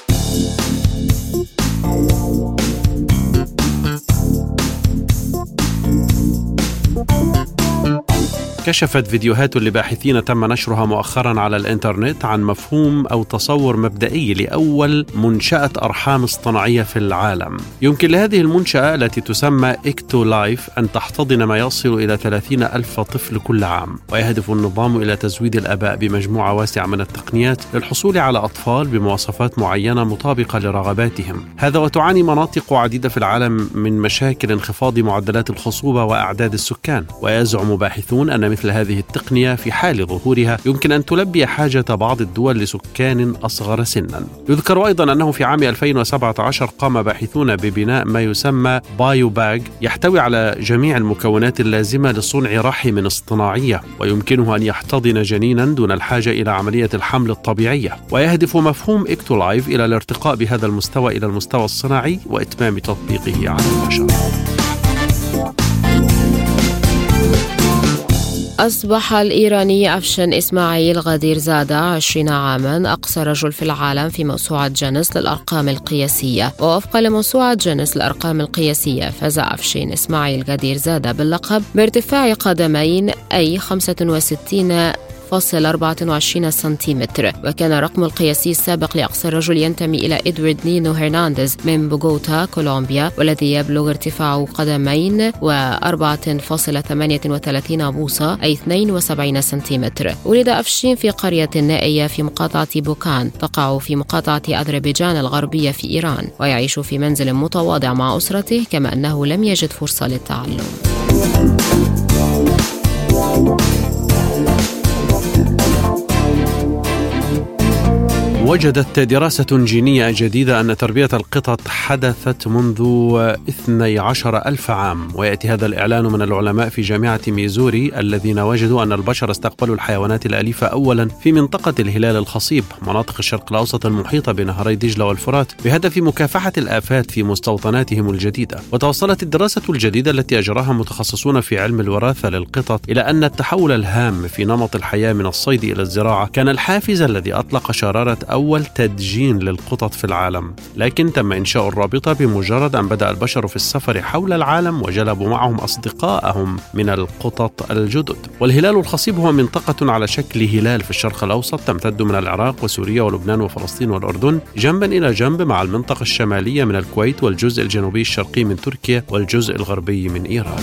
كشفت فيديوهات لباحثين تم نشرها مؤخرا على الإنترنت عن مفهوم أو تصور مبدئي لأول منشأة أرحام اصطناعية في العالم. يمكن لهذه المنشأة التي تسمى إكتو لايف أن تحتضن ما يصل إلى ثلاثين ألف طفل كل عام، ويهدف النظام إلى تزويد الآباء بمجموعة واسعة من التقنيات للحصول على أطفال بمواصفات معينة مطابقة لرغباتهم. هذا وتعاني مناطق عديدة في العالم من مشاكل انخفاض معدلات الخصوبة وأعداد السكان، ويزعم باحثون أن مثل هذه التقنية في حال ظهورها يمكن أن تلبي حاجة بعض الدول لسكان أصغر سنا. يذكر أيضا أنه في عام ألفين وسبعة عشر قام باحثون ببناء ما يسمى بايو باج يحتوي على جميع المكونات اللازمة لصنع رحم اصطناعية، ويمكنه أن يحتضن جنينا دون الحاجة إلى عملية الحمل الطبيعية. ويهدف مفهوم إكتو لايف إلى الارتقاء بهذا المستوى إلى المستوى الصناعي وإتمام تطبيقه على البشر. أصبح الإيراني أفشن إسماعيل غدير زادة عشرين عاما أقصى رجل في العالم في موسوعة جينيس للأرقام القياسية. ووفقا لموسوعة جينيس للأرقام القياسية فاز أفشين إسماعيل غدير زادة باللقب بارتفاع قدمين أي خمسة وستين فاصلة أربعة وعشرين سنتيمتر، وكان الرقم القياسي السابق لأقصى رجل ينتمي إلى إدوارد نينو هرنانديز من بوغوتا كولومبيا، والذي يبلغ ارتفاعه قدمين وأربعة فاصلة ثمانية وثلاثين بوصة أي اثنين وسبعين سنتيمتر. ولد أفشين في قرية نائية في مقاطعة بوكان تقع في مقاطعة أذربيجان الغربية في إيران، ويعيش في منزل متواضع مع أسرته، كما أنه لم يجد فرصة للتعلم. وجدت دراسة جينية جديدة أن تربية القطط حدثت منذ اثني عشر ألف عام، ويأتي هذا الإعلان من العلماء في جامعة ميزوري الذين وجدوا أن البشر استقبلوا الحيوانات الأليفة أولا في منطقة الهلال الخصيب، مناطق الشرق الأوسط المحيطة بنهري دجلة والفرات، بهدف مكافحة الآفات في مستوطناتهم الجديدة. وتوصلت الدراسة الجديدة التي أجراها متخصصون في علم الوراثة للقطط إلى أن التحول الهام في نمط الحياة من الصيد إلى الزراعة كان الحافز الذي أطلق شرارة أول تدجين للقطط في العالم، لكن تم إنشاء الرابطة بمجرد أن بدأ البشر في السفر حول العالم وجلبوا معهم أصدقائهم من القطط الجدد. والهلال الخصيب هو منطقة على شكل هلال في الشرق الأوسط تمتد من العراق وسوريا ولبنان وفلسطين والأردن جنبا إلى جنب مع المنطقة الشمالية من الكويت والجزء الجنوبي الشرقي من تركيا والجزء الغربي من إيران.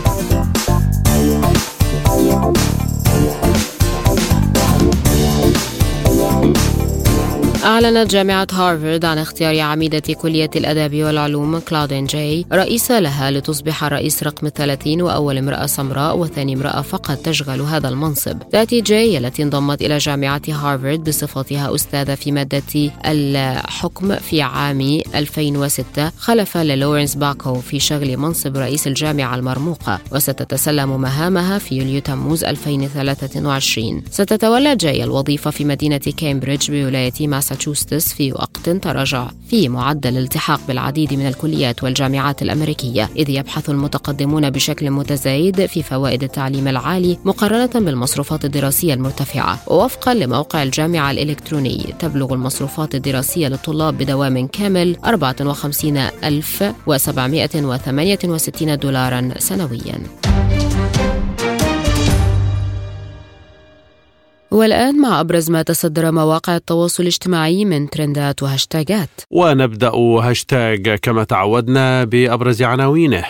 أعلنت جامعة هارفارد عن اختيار عميدة كلية الأداب والعلوم كلاودين جاي رئيسة لها لتصبح الرئيس رقم ثلاثين وأول امرأة سمراء وثاني امرأة فقط تشغل هذا المنصب. تأتي جاي التي انضمت إلى جامعة هارفارد بصفتها أستاذة في مادة الحكم في عام ألفين وستة خلفا للورنس باكو في شغل منصب رئيس الجامعة المرموقة، وستتسلم مهامها في يوليو تموز ألفين وثلاثة وعشرين. ستتولى جاي الوظيفة في مدينة كامبريدج بولاية ماساتشوستس في وقت تراجع فيه معدل الالتحاق بالعديد من الكليات والجامعات الأمريكية، إذ يبحث المتقدمون بشكل متزايد في فوائد التعليم العالي مقارنة بالمصروفات الدراسية المرتفعة. ووفقا لموقع الجامعة الإلكتروني تبلغ المصروفات الدراسية للطلاب بدوام كامل أربعة وخمسين ألف وسبعمائة وثمانية وستين دولارا سنويا. والآن مع أبرز ما تصدر مواقع التواصل الاجتماعي من ترندات وهاشتاجات، ونبدأ هاشتاج كما تعودنا بأبرز عناوينه.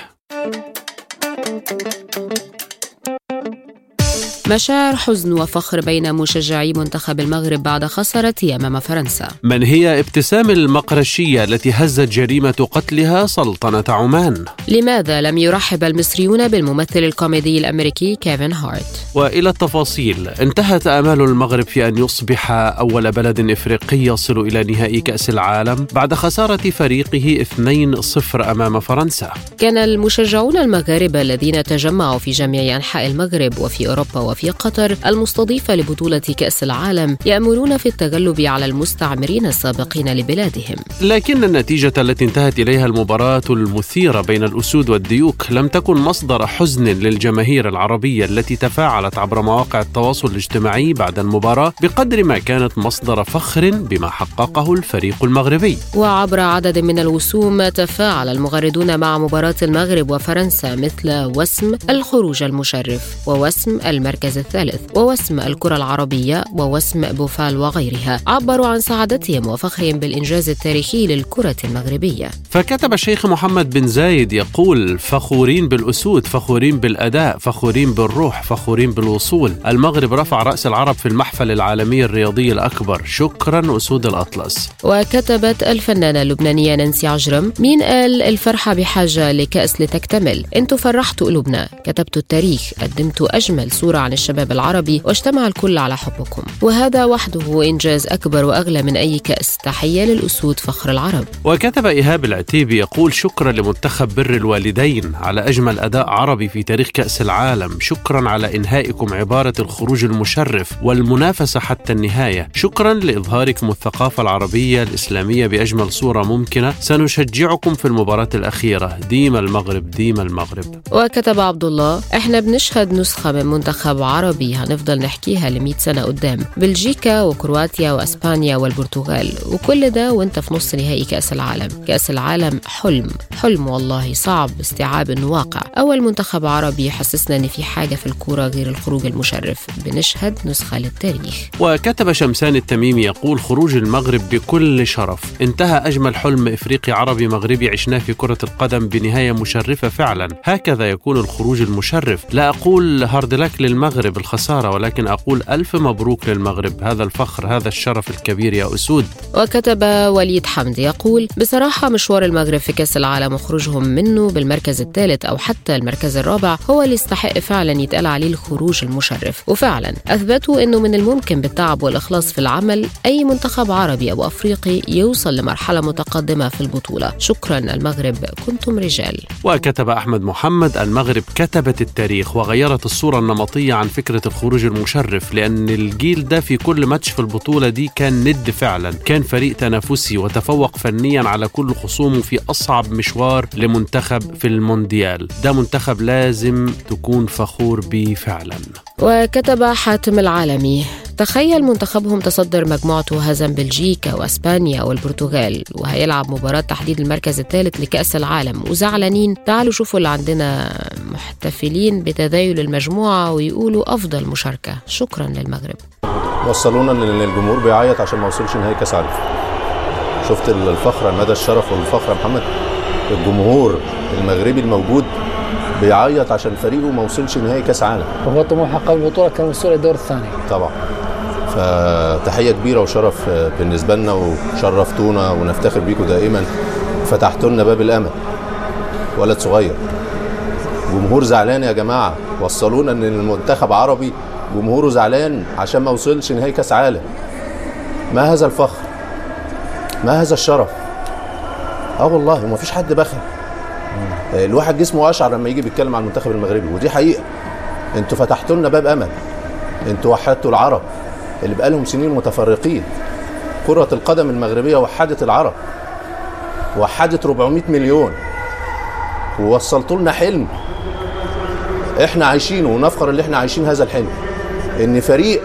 مشاعر حزن وفخر بين مشجعي منتخب المغرب بعد خسارته أمام فرنسا. من هي ابتسام المقرشية التي هزت جريمة قتلها سلطنة عمان؟ لماذا لم يرحب المصريون بالممثل الكوميدي الأمريكي كيفن هارت؟ وإلى التفاصيل. انتهت آمال المغرب في أن يصبح أول بلد إفريقي يصل إلى نهائي كأس العالم بعد خسارة فريقه اثنين صفر أمام فرنسا. كان المشجعون المغاربة الذين تجمعوا في جميع أنحاء المغرب وفي أوروبا وفي قطر المستضيفة لبطولة كأس العالم يأملون في التغلب على المستعمرين السابقين لبلادهم، لكن النتيجة التي انتهت إليها المباراة المثيرة بين الأسود والديوك لم تكن مصدر حزن للجماهير العربية التي تفاعلت عبر مواقع التواصل الاجتماعي بعد المباراة بقدر ما كانت مصدر فخر بما حققه الفريق المغربي. وعبر عدد من الوسوم تفاعل المغردون مع مباراة المغرب وفرنسا مثل وسم الخروج المشرف ووسم المركز الثالث ووسم الكرة العربية ووسم بوفال وغيرها، عبروا عن سعادتهم وفخرهم بالإنجاز التاريخي للكرة المغربية. فكتب الشيخ محمد بن زايد يقول: فخورين بالأسود، فخورين بالأداء، فخورين بالروح، فخورين بالوصول. المغرب رفع رأس العرب في المحفل العالمي الرياضي الأكبر، شكرا أسود الأطلس. وكتبت الفنانة اللبنانية نانسي عجرم: مين قال الفرحة بحاجة لكأس لتكتمل؟ انتوا فرحتوا قلوبنا، كتبتوا التاريخ، قدمتوا أجمل صورة عن الشباب العربي واجتمع الكل على حبكم، وهذا وحده إنجاز أكبر وأغلى من أي كأس. تحية للأسود فخر العرب. وكتب إيهاب العتيبي يقول: شكرا لمنتخب بر الوالدين على أجمل أداء عربي في تاريخ كأس العالم، شكرا على إنهائكم عبارة الخروج المشرف والمنافسة حتى النهاية، شكرا لإظهاركم الثقافة العربية الإسلامية بأجمل صورة ممكنة، سنشجعكم في المباراة الأخيرة، ديما المغرب ديما المغرب. وكتب عبد الله: احنا بنشهد نسخة من منتخب منتخب عربي هنفضل نحكيها لمئة سنة قدام، بلجيكا وكرواتيا وأسبانيا والبرتغال، وكل ده وانت في نص نهائي كأس العالم. كأس العالم حلم حلم والله صعب استيعاب انه واقع. أول منتخب عربي يحسسنا ان في حاجة في الكورة غير الخروج المشرف، بنشهد نسخة للتاريخ. وكتب شمسان التميمي يقول: خروج المغرب بكل شرف، انتهى أجمل حلم إفريقي عربي مغربي عشناه في كرة القدم بنهاية مشرفة فعلا. هكذا يكون الخروج المشرف. لا أقول هارد لك للمغرب الخسارة، ولكن أقول ألف مبروك للمغرب، هذا الفخر، هذا الشرف الكبير يا أسود. وكتب وليد حمد يقول: بصراحة مشوار المغرب في كأس العالم وخروجهم منه بالمركز الثالث أو حتى المركز الرابع هو اللي يستحق فعلا يتقال عليه الخروج المشرف، وفعلا أثبتوا أنه من الممكن بالتعب والإخلاص في العمل أي منتخب عربي أو أفريقي يوصل لمرحلة متقدمة في البطولة. شكرا المغرب، كنتم رجال. وكتب أحمد محمد: المغرب كتبت التاريخ وغيرت الصورة النمطية عن فكرة الخروج المشرف، لأن الجيل ده في كل ماتش في البطولة دي كان ند فعلا، كان فريق تنافسي وتفوق فنيا على كل خصومه في أصعب مشوار لمنتخب في المونديال. ده منتخب لازم تكون فخور بيه فعلا. وكتب حاتم العالمي: تخيل منتخبهم تصدر مجموعته هزم بلجيكا وأسبانيا والبرتغال، وهيلعب مباراة تحديد المركز الثالث لكأس العالم وزعلانين. تعالوا شوفوا اللي عندنا محتفلين بتذيل المجموعة ويقولوا أفضل مشاركة. شكرا للمغرب. وصلونا ان الجمهور بيعيط عشان ما وصلش نهائي كأس العالم. شفت الفخر، مدى الشرف والفخر يا محمد. الجمهور المغربي الموجود بيعيط عشان فريقه ما وصلش نهائي كأس العالم، وهو طموحه قبل البطولة كان وصول الدور الثاني طبعا. فتحية كبيرة وشرف بالنسبة لنا، وشرفتونا ونفتخر بيكم دائما، فتحتوا لنا باب الأمل. ولد صغير، جمهور زعلان يا جماعة. وصلونا ان المنتخب عربي جمهوره زعلان عشان ما وصلش نهائي كأس عالم. ما هذا الفخر، ما هذا الشرف. اه والله وما فيش حد بخل. الواحد جسمه اشعر لما يجي بيتكلم عن المنتخب المغربي، ودي حقيقة. انتوا فتحتوا لنا باب امل، انتوا وحدتوا العرب اللي بقالهم سنين متفرقين. كرة القدم المغربية وحدت العرب، وحدت أربعمائة مليون، ووصلتوا لنا حلم احنا عايشينه، ونفخر اللي احنا عايشين هذا الحلم، ان فريق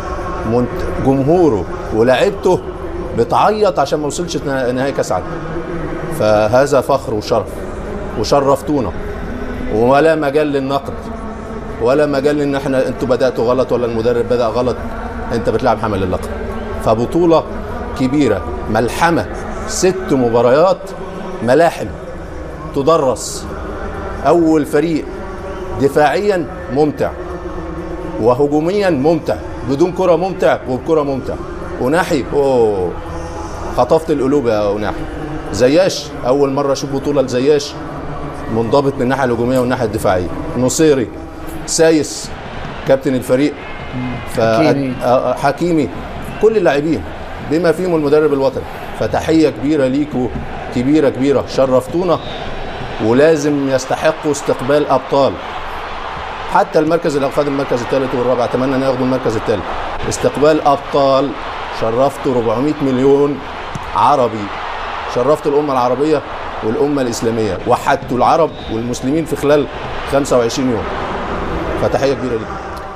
جمهوره ولاعيبته بتعيط عشان ما وصلش نهائي كاس العالم. فهذا فخر وشرف، وشرفتونا، ولا مجال للنقد ولا مجال ان احنا انتوا بداتوا غلط ولا المدرب بدا غلط. انت بتلعب حمل اللقب، فبطوله كبيره، ملحمه، ست مباريات ملاحم تدرس. اول فريق دفاعيا ممتع، وهجوميا ممتع، بدون كرة ممتع، وبكرة ممتع. وناحي اوه خطفت القلوب يا وناحي. زياش اول مرة اشوف بطولة لزياش منضبط من الناحية الهجومية والناحية الدفاعية. نصيري، سايس كابتن الفريق، حكيمي, حكيمي. كل اللاعبين بما فيهم المدرب الوطني. فتحية كبيرة ليكوا، كبيرة كبيرة، شرفتونا، ولازم يستحقوا استقبال أبطال. حتى المركز اللي أخذ المركز الثالث والرابع أتمنى أن ياخدوا المركز الثالث. استقبال أبطال. شرفتوا أربعمائة مليون عربي، شرفتوا الأمة العربية والأمة الإسلامية، وحدتوا العرب والمسلمين في خلال خمسة وعشرين يوم. فتحية كبيرة لكم.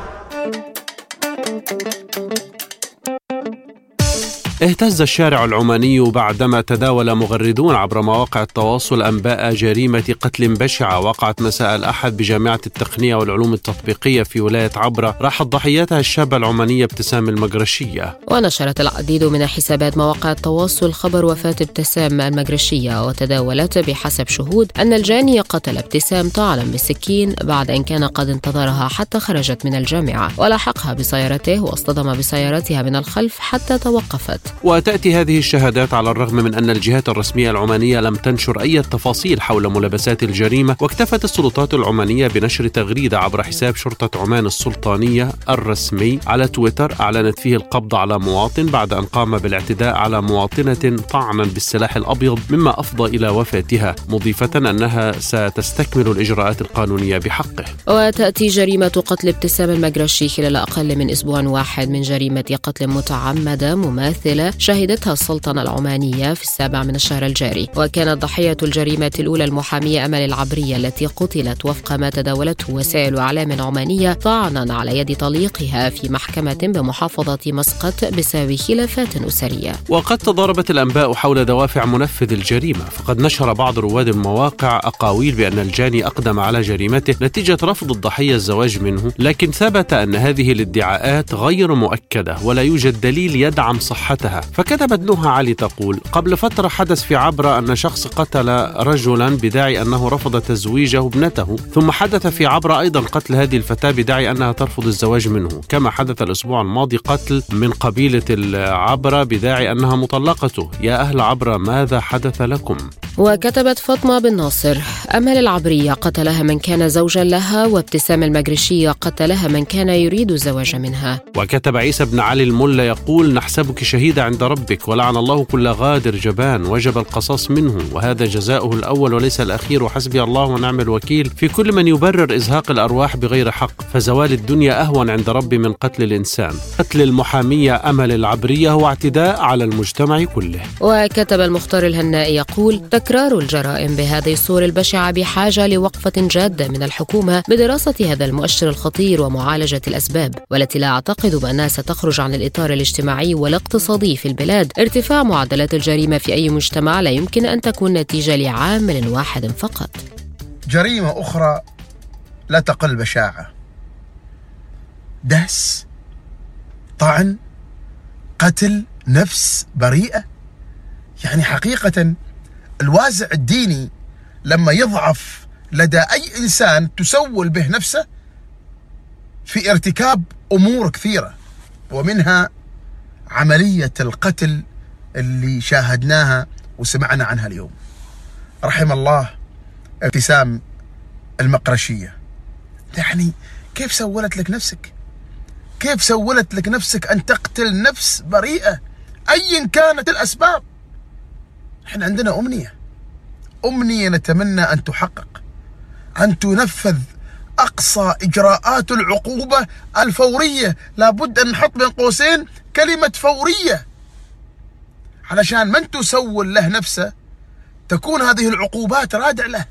اهتز الشارع العماني بعدما تداول مغردون عبر مواقع التواصل أنباء جريمة قتل بشعة وقعت مساء الأحد بجامعة التقنية والعلوم التطبيقية في ولاية عبرة، راحت ضحيتها الشابة العمانية ابتسام المقرشية. ونشرت العديد من حسابات مواقع التواصل خبر وفاة ابتسام المقرشية، وتداولت بحسب شهود أن الجاني قتل ابتسام طعنا بالسكين بعد أن كان قد انتظرها حتى خرجت من الجامعة، ولاحقها بسيارته واصطدم بسيارتها من الخلف حتى توقفت. وتأتي هذه الشهادات على الرغم من أن الجهات الرسمية العمانية لم تنشر أي تفاصيل حول ملابسات الجريمة، واكتفت السلطات العمانية بنشر تغريدة عبر حساب شرطة عمان السلطانية الرسمي على تويتر أعلنت فيه القبض على مواطن بعد أن قام بالاعتداء على مواطنة طعنا بالسلاح الأبيض مما أفضى إلى وفاتها، مضيفة أنها ستستكمل الإجراءات القانونية بحقه. وتأتي جريمة قتل ابتسام المقرشي خلال أقل من أسبوع واحد من جريمة قتل متعمدة مماثلة مقتلة شهدتها السلطنة العمانية في السابع من الشهر الجاري. وكانت ضحية الجريمة الأولى المحامية أمل العبرية التي قتلت وفق ما تداولته وسائل إعلام عمانية طعنا على يد طليقها في محكمة بمحافظة مسقط بسبب خلافات أسرية. وقد تضاربت الأنباء حول دوافع منفذ الجريمة، فقد نشر بعض رواد المواقع أقاويل بأن الجاني أقدم على جريمته نتيجة رفض الضحية الزواج منه، لكن ثبت أن هذه الادعاءات غير مؤكدة ولا يوجد دليل يدعم صحتها. فكتبت نهى علي تقول: قبل فترة حدث في عبرة أن شخص قتل رجلا بداعي أنه رفض تزويجه ابنته، ثم حدث في عبرة أيضا قتل هذه الفتاة بداعي أنها ترفض الزواج منه، كما حدث الأسبوع الماضي قتل من قبيلة العبرة بداعي أنها مطلقته. يا أهل عبرة ماذا حدث لكم؟ وكتبت فاطمة بن ناصر: أمل العبرية قتلها من كان زوجا لها، وابتسام المجرشية قتلها من كان يريد الزواج منها. وكتب عيسى بن علي الملا يقول: نحسبك شهيدة عند ربك، ولعن الله كل غادر جبان، وجب القصاص منه، وهذا جزاؤه الأول وليس الأخير، وحسبي الله ونعم الوكيل في كل من يبرر إزهاق الأرواح بغير حق، فزوال الدنيا أهون عند ربي من قتل الإنسان. قتل المحامية أمل العبرية هو اعتداء على المجتمع كله. وكتب المختار الهنائي يقول: تكرار الجرائم بهذه الصور البشعة بحاجة لوقفة جادة من الحكومة بدراسة هذا المؤشر الخطير ومعالجة الأسباب، والتي لا أعتقد بأنها ستخرج عن الإطار الاجتماعي والاقتصادي في البلاد. ارتفاع معدلات الجريمة في أي مجتمع لا يمكن أن تكون نتيجة لعامل واحد فقط. جريمة أخرى لا تقل بشاعة: دهس، طعن، قتل نفس بريئة. يعني حقيقة الوازع الديني لما يضعف لدى أي إنسان تسول به نفسه في ارتكاب أمور كثيرة، ومنها عملية القتل اللي شاهدناها وسمعنا عنها اليوم. رحم الله ابتسام المقرشية. يعني كيف سولت لك نفسك؟ كيف سولت لك نفسك أن تقتل نفس بريئة أيا كانت الأسباب؟ احنا عندنا أمنية أمنية نتمنى أن تحقق، أن تنفذ أقصى إجراءات العقوبة الفورية. لابد أن نحط بين قوسين كلمة فورية، علشان من تسول له نفسه تكون هذه العقوبات رادع له.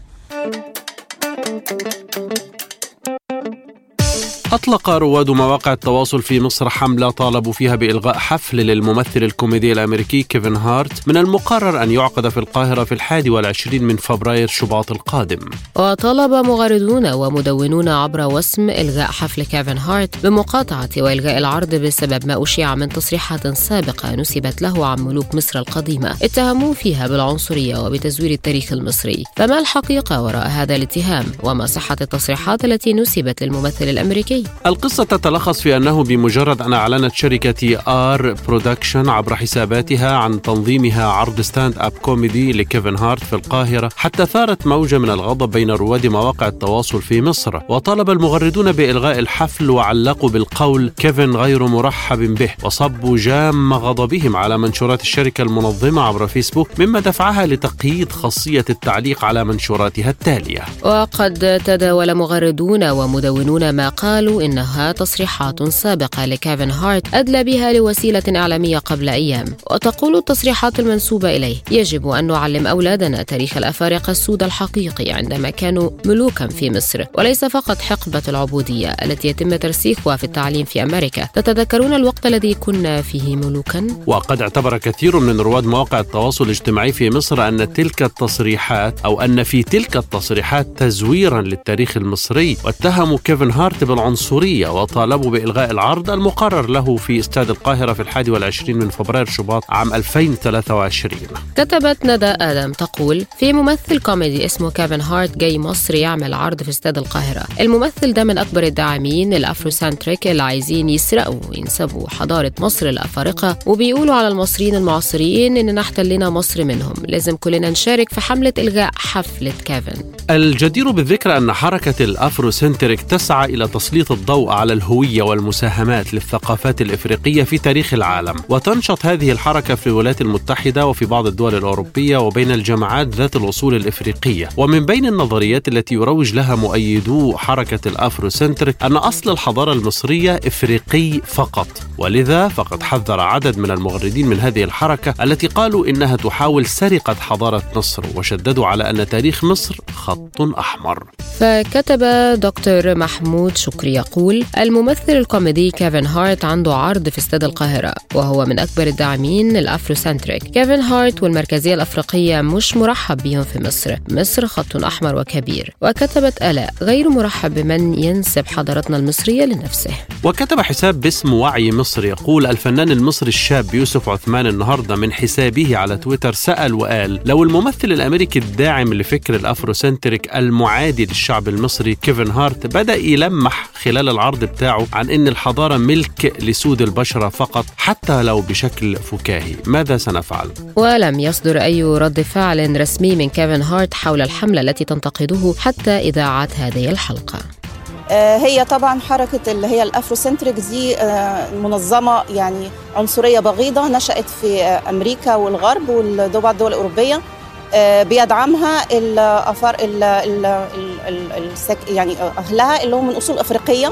أطلق رواد مواقع التواصل في مصر حملة طالبوا فيها بإلغاء حفل للممثل الكوميدي الأمريكي كيفن هارت من المقرر أن يعقد في القاهرة في الحادي والعشرين من فبراير شباط القادم. وطالب مغردون ومدونون عبر وسم إلغاء حفل كيفن هارت بمقاطعة وإلغاء العرض بسبب ما أشيع من تصريحات سابقة نسبت له عن ملوك مصر القديمة اتهموه فيها بالعنصرية وبتزوير التاريخ المصري. فما الحقيقة وراء هذا الاتهام؟ وما صحة التصريحات التي نسبت للممثل الأمريكي؟ القصة تتلخص في أنه بمجرد أن أعلنت شركة آر برودكشن عبر حساباتها عن تنظيمها عرض ستاند أب كوميدي لكيفن هارت في القاهرة، حتى ثارت موجة من الغضب بين رواد مواقع التواصل في مصر، وطالب المغردون بإلغاء الحفل وعلقوا بالقول كيفن غير مرحب به، وصبوا جام غضبهم على منشورات الشركة المنظمة عبر فيسبوك، مما دفعها لتقييد خاصية التعليق على منشوراتها التالية. وقد تداول مغردون ومدونون ما قالوا إنها تصريحات سابقة لكيفن هارت أدلى بها لوسيلة إعلامية قبل أيام. وتقول التصريحات المنسوبة إليه: يجب أن نعلم أولادنا تاريخ الأفارقة السود الحقيقي عندما كانوا ملوكا في مصر، وليس فقط حقبة العبودية التي يتم ترسيخها في التعليم في أمريكا. تتذكرون الوقت الذي كنا فيه ملوكا؟ وقد اعتبر كثير من رواد مواقع التواصل الاجتماعي في مصر أن تلك التصريحات أو أن في تلك التصريحات تزويرا للتاريخ المصري، واتهموا كيفن هارت بالعنصرية وطالبوا بإلغاء العرض المقرر له في استاد القاهرة في الحادي والعشرين من فبراير شباط عام ألفين وثلاثة وعشرين. كتبت ندى آدم تقول: في ممثل كوميدي اسمه كيفن هارت جاي مصر يعمل عرض في استاد القاهرة. الممثل ده من أكبر الداعمين الأفروسنتريك اللي عايزين يسرقوا وينسبوا حضارة مصر الأفارقة، وبيقولوا على المصريين المعاصرين إننا احتلنا مصر منهم. لازم كلنا نشارك في حملة إلغاء حفلة كيفن. الجدير بالذكر أن حركة الأفروسنتريك تسعى إلى تسليط تسلط الضوء على الهوية والمساهمات للثقافات الإفريقية في تاريخ العالم، وتنشط هذه الحركة في الولايات المتحدة وفي بعض الدول الأوروبية وبين الجماعات ذات الأصول الإفريقية. ومن بين النظريات التي يروج لها مؤيدو حركة الأفروسنتريك أن أصل الحضارة المصرية إفريقي فقط، ولذا فقد حذر عدد من المغردين من هذه الحركة التي قالوا إنها تحاول سرقة حضارة مصر، وشددوا على أن تاريخ مصر خط أحمر. فكتب دكتور محمود شكري يقول: الممثل الكوميدي كيفن هارت عنده عرض في استاد القاهرة، وهو من أكبر الداعمين الأفروسنتريك. كيفن هارت والمركزية الأفريقية مش مرحب بهم في مصر، مصر خط أحمر وكبير. وكتبت آلاء: غير مرحب بمن ينسب حضارتنا المصرية لنفسه. وكتب حساب باسم وعي مصر يقول: الفنان المصري الشاب يوسف عثمان النهاردة من حسابه على تويتر سأل وقال: لو الممثل الأمريكي الداعم لفكر الأفروسنتريك المعادي للشعب المصري كيفن هارت بدأ يلمح خلال العرض بتاعه عن أن الحضارة ملك لسود البشرة فقط حتى لو بشكل فكاهي، ماذا سنفعل؟ ولم يصدر أي رد فعل رسمي من كيفن هارت حول الحملة التي تنتقده حتى إذاعة هذه الحلقة. هي طبعا حركة اللي هي الأفروسنتريك دي منظمة يعني عنصرية بغيضة نشأت في أمريكا والغرب وبعض الدول الأوروبية، بيدعمها الأفار ال ال ال يعني أهلها اللي هم من أصول أفريقية.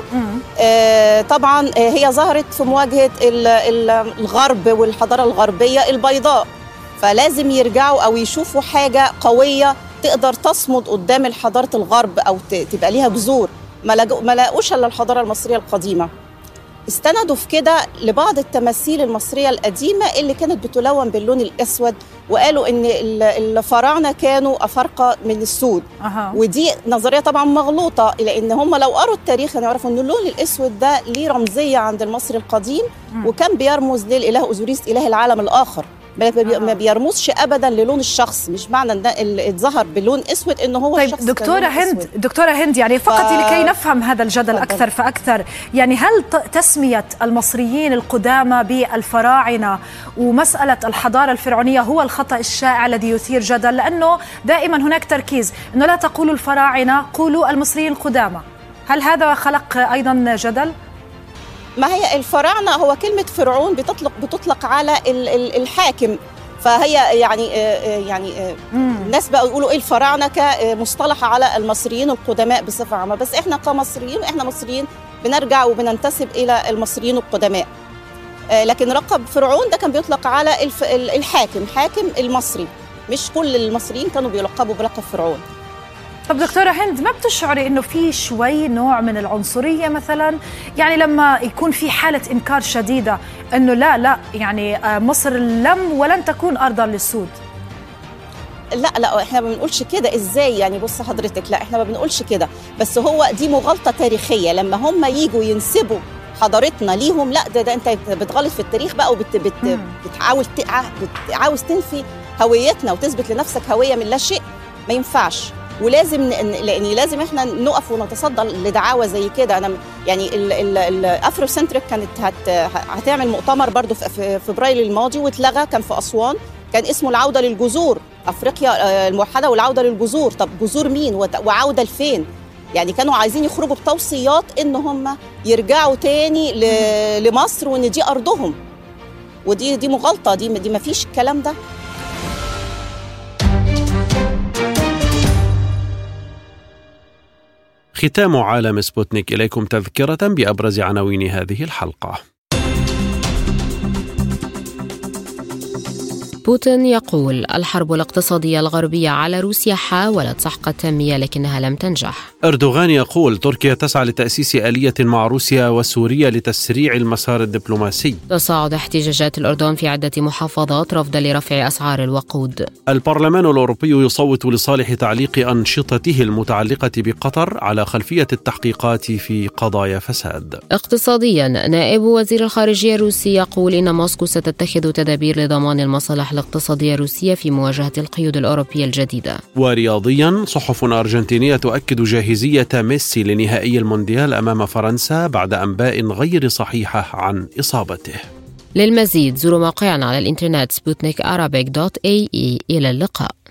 طبعا هي ظهرت في مواجهة الغرب والحضارة الغربية البيضاء، فلازم يرجعوا أو يشوفوا حاجة قوية تقدر تصمد قدام الحضارة الغرب أو تبقى ليها جذور. ما لاقوش الا الحضاره المصريه القديمه. استندوا في كده لبعض التماثيل المصريه القديمه اللي كانت بتلون باللون الاسود، وقالوا ان الفراعنه كانوا افارقه من السود. أه. ودي نظريه طبعا مغلوطه، لان هم لو قروا التاريخ يعرفوا ان اللون الاسود ده ليه رمزيه عند المصري القديم، م. وكان بيرمز للاله اوزوريس اله العالم الاخر. ما بيرمزش ابدا للون الشخص، مش معنى ان اتظهر باللون اسود انه هو طيب الشخص. دكتوره هند دكتوره هند يعني فقط ف... لكي نفهم هذا الجدل اكثر فاكثر، يعني هل تسميه المصريين القدامى بالفراعنه ومساله الحضاره الفرعونيه هو الخطا الشائع الذي يثير جدل؟ لانه دائما هناك تركيز انه لا تقولوا الفراعنه، قولوا المصريين القدامى. هل هذا خلق ايضا جدل؟ ما هي الفراعنه هو كلمه فرعون بتطلق بتطلق على الحاكم، فهي يعني يعني الناس بقوا يقولوا ايه الفراعنه كمصطلح على المصريين القدماء بصفه عامه، بس احنا كمصريين احنا مصريين بنرجع وبننتسب الى المصريين القدماء. لكن لقب فرعون ده كان بيطلق على الحاكم، حاكم المصري، مش كل المصريين كانوا بيلقبوا بلقب فرعون. طب دكتورة هند، ما بتشعري انه في شوي نوع من العنصرية مثلا؟ يعني لما يكون في حالة انكار شديدة انه لا لا يعني مصر لم ولن تكون ارضا للسود. لا لا احنا ما بنقولش كده، ازاي يعني؟ بص حضرتك، لا احنا ما بنقولش كده، بس هو دي مغالطة تاريخية لما هم ييجوا ينسبوا حضارتنا ليهم. لا ده, ده انت بتغلط في التاريخ بقى وبتحاول بتعاوز تنفي هويتنا وتثبت لنفسك هوية من لا شيء. ما ينفعش، ولازم لان لازم احنا نقف ونتصدى لدعاوى زي كده. انا يعني الافروسنتريك كانت هت هتعمل مؤتمر برضو في فبراير الماضي واتلغى، كان في اسوان، كان اسمه العوده للجذور، افريقيا الموحده والعوده للجذور. طب جذور مين وعوده لفين؟ يعني كانوا عايزين يخرجوا بتوصيات ان هم يرجعوا تاني لمصر وان دي ارضهم، ودي دي مغالطه، دي دي ما فيش الكلام ده. ختام عالم سبوتنيك، إليكم تذكرة بأبرز عناوين هذه الحلقة. بوتين يقول: الحرب الاقتصادية الغربية على روسيا حاولت سحق التنمية لكنها لم تنجح. أردوغان يقول: تركيا تسعى لتأسيس آلية مع روسيا وسوريا لتسريع المسار الدبلوماسي. تصاعد احتجاجات الأردن في عدة محافظات رفضا لرفع أسعار الوقود. البرلمان الأوروبي يصوت لصالح تعليق أنشطته المتعلقة بقطر على خلفية التحقيقات في قضايا فساد. اقتصاديا، نائب وزير الخارجية الروسي يقول إن موسكو ستتخذ تدابير لضمان المصالح الاقتصادية الروسية في مواجهة القيود الأوروبية الجديدة. ورياضيا، صحف أرجنتينية تؤكد جاهزية ميسي لنهائي المونديال أمام فرنسا بعد أنباء غير صحيحة عن إصابته. للمزيد زوروا موقعنا على الإنترنت سبوتنيك أرابيك دوت إيه إي. إلى اللقاء.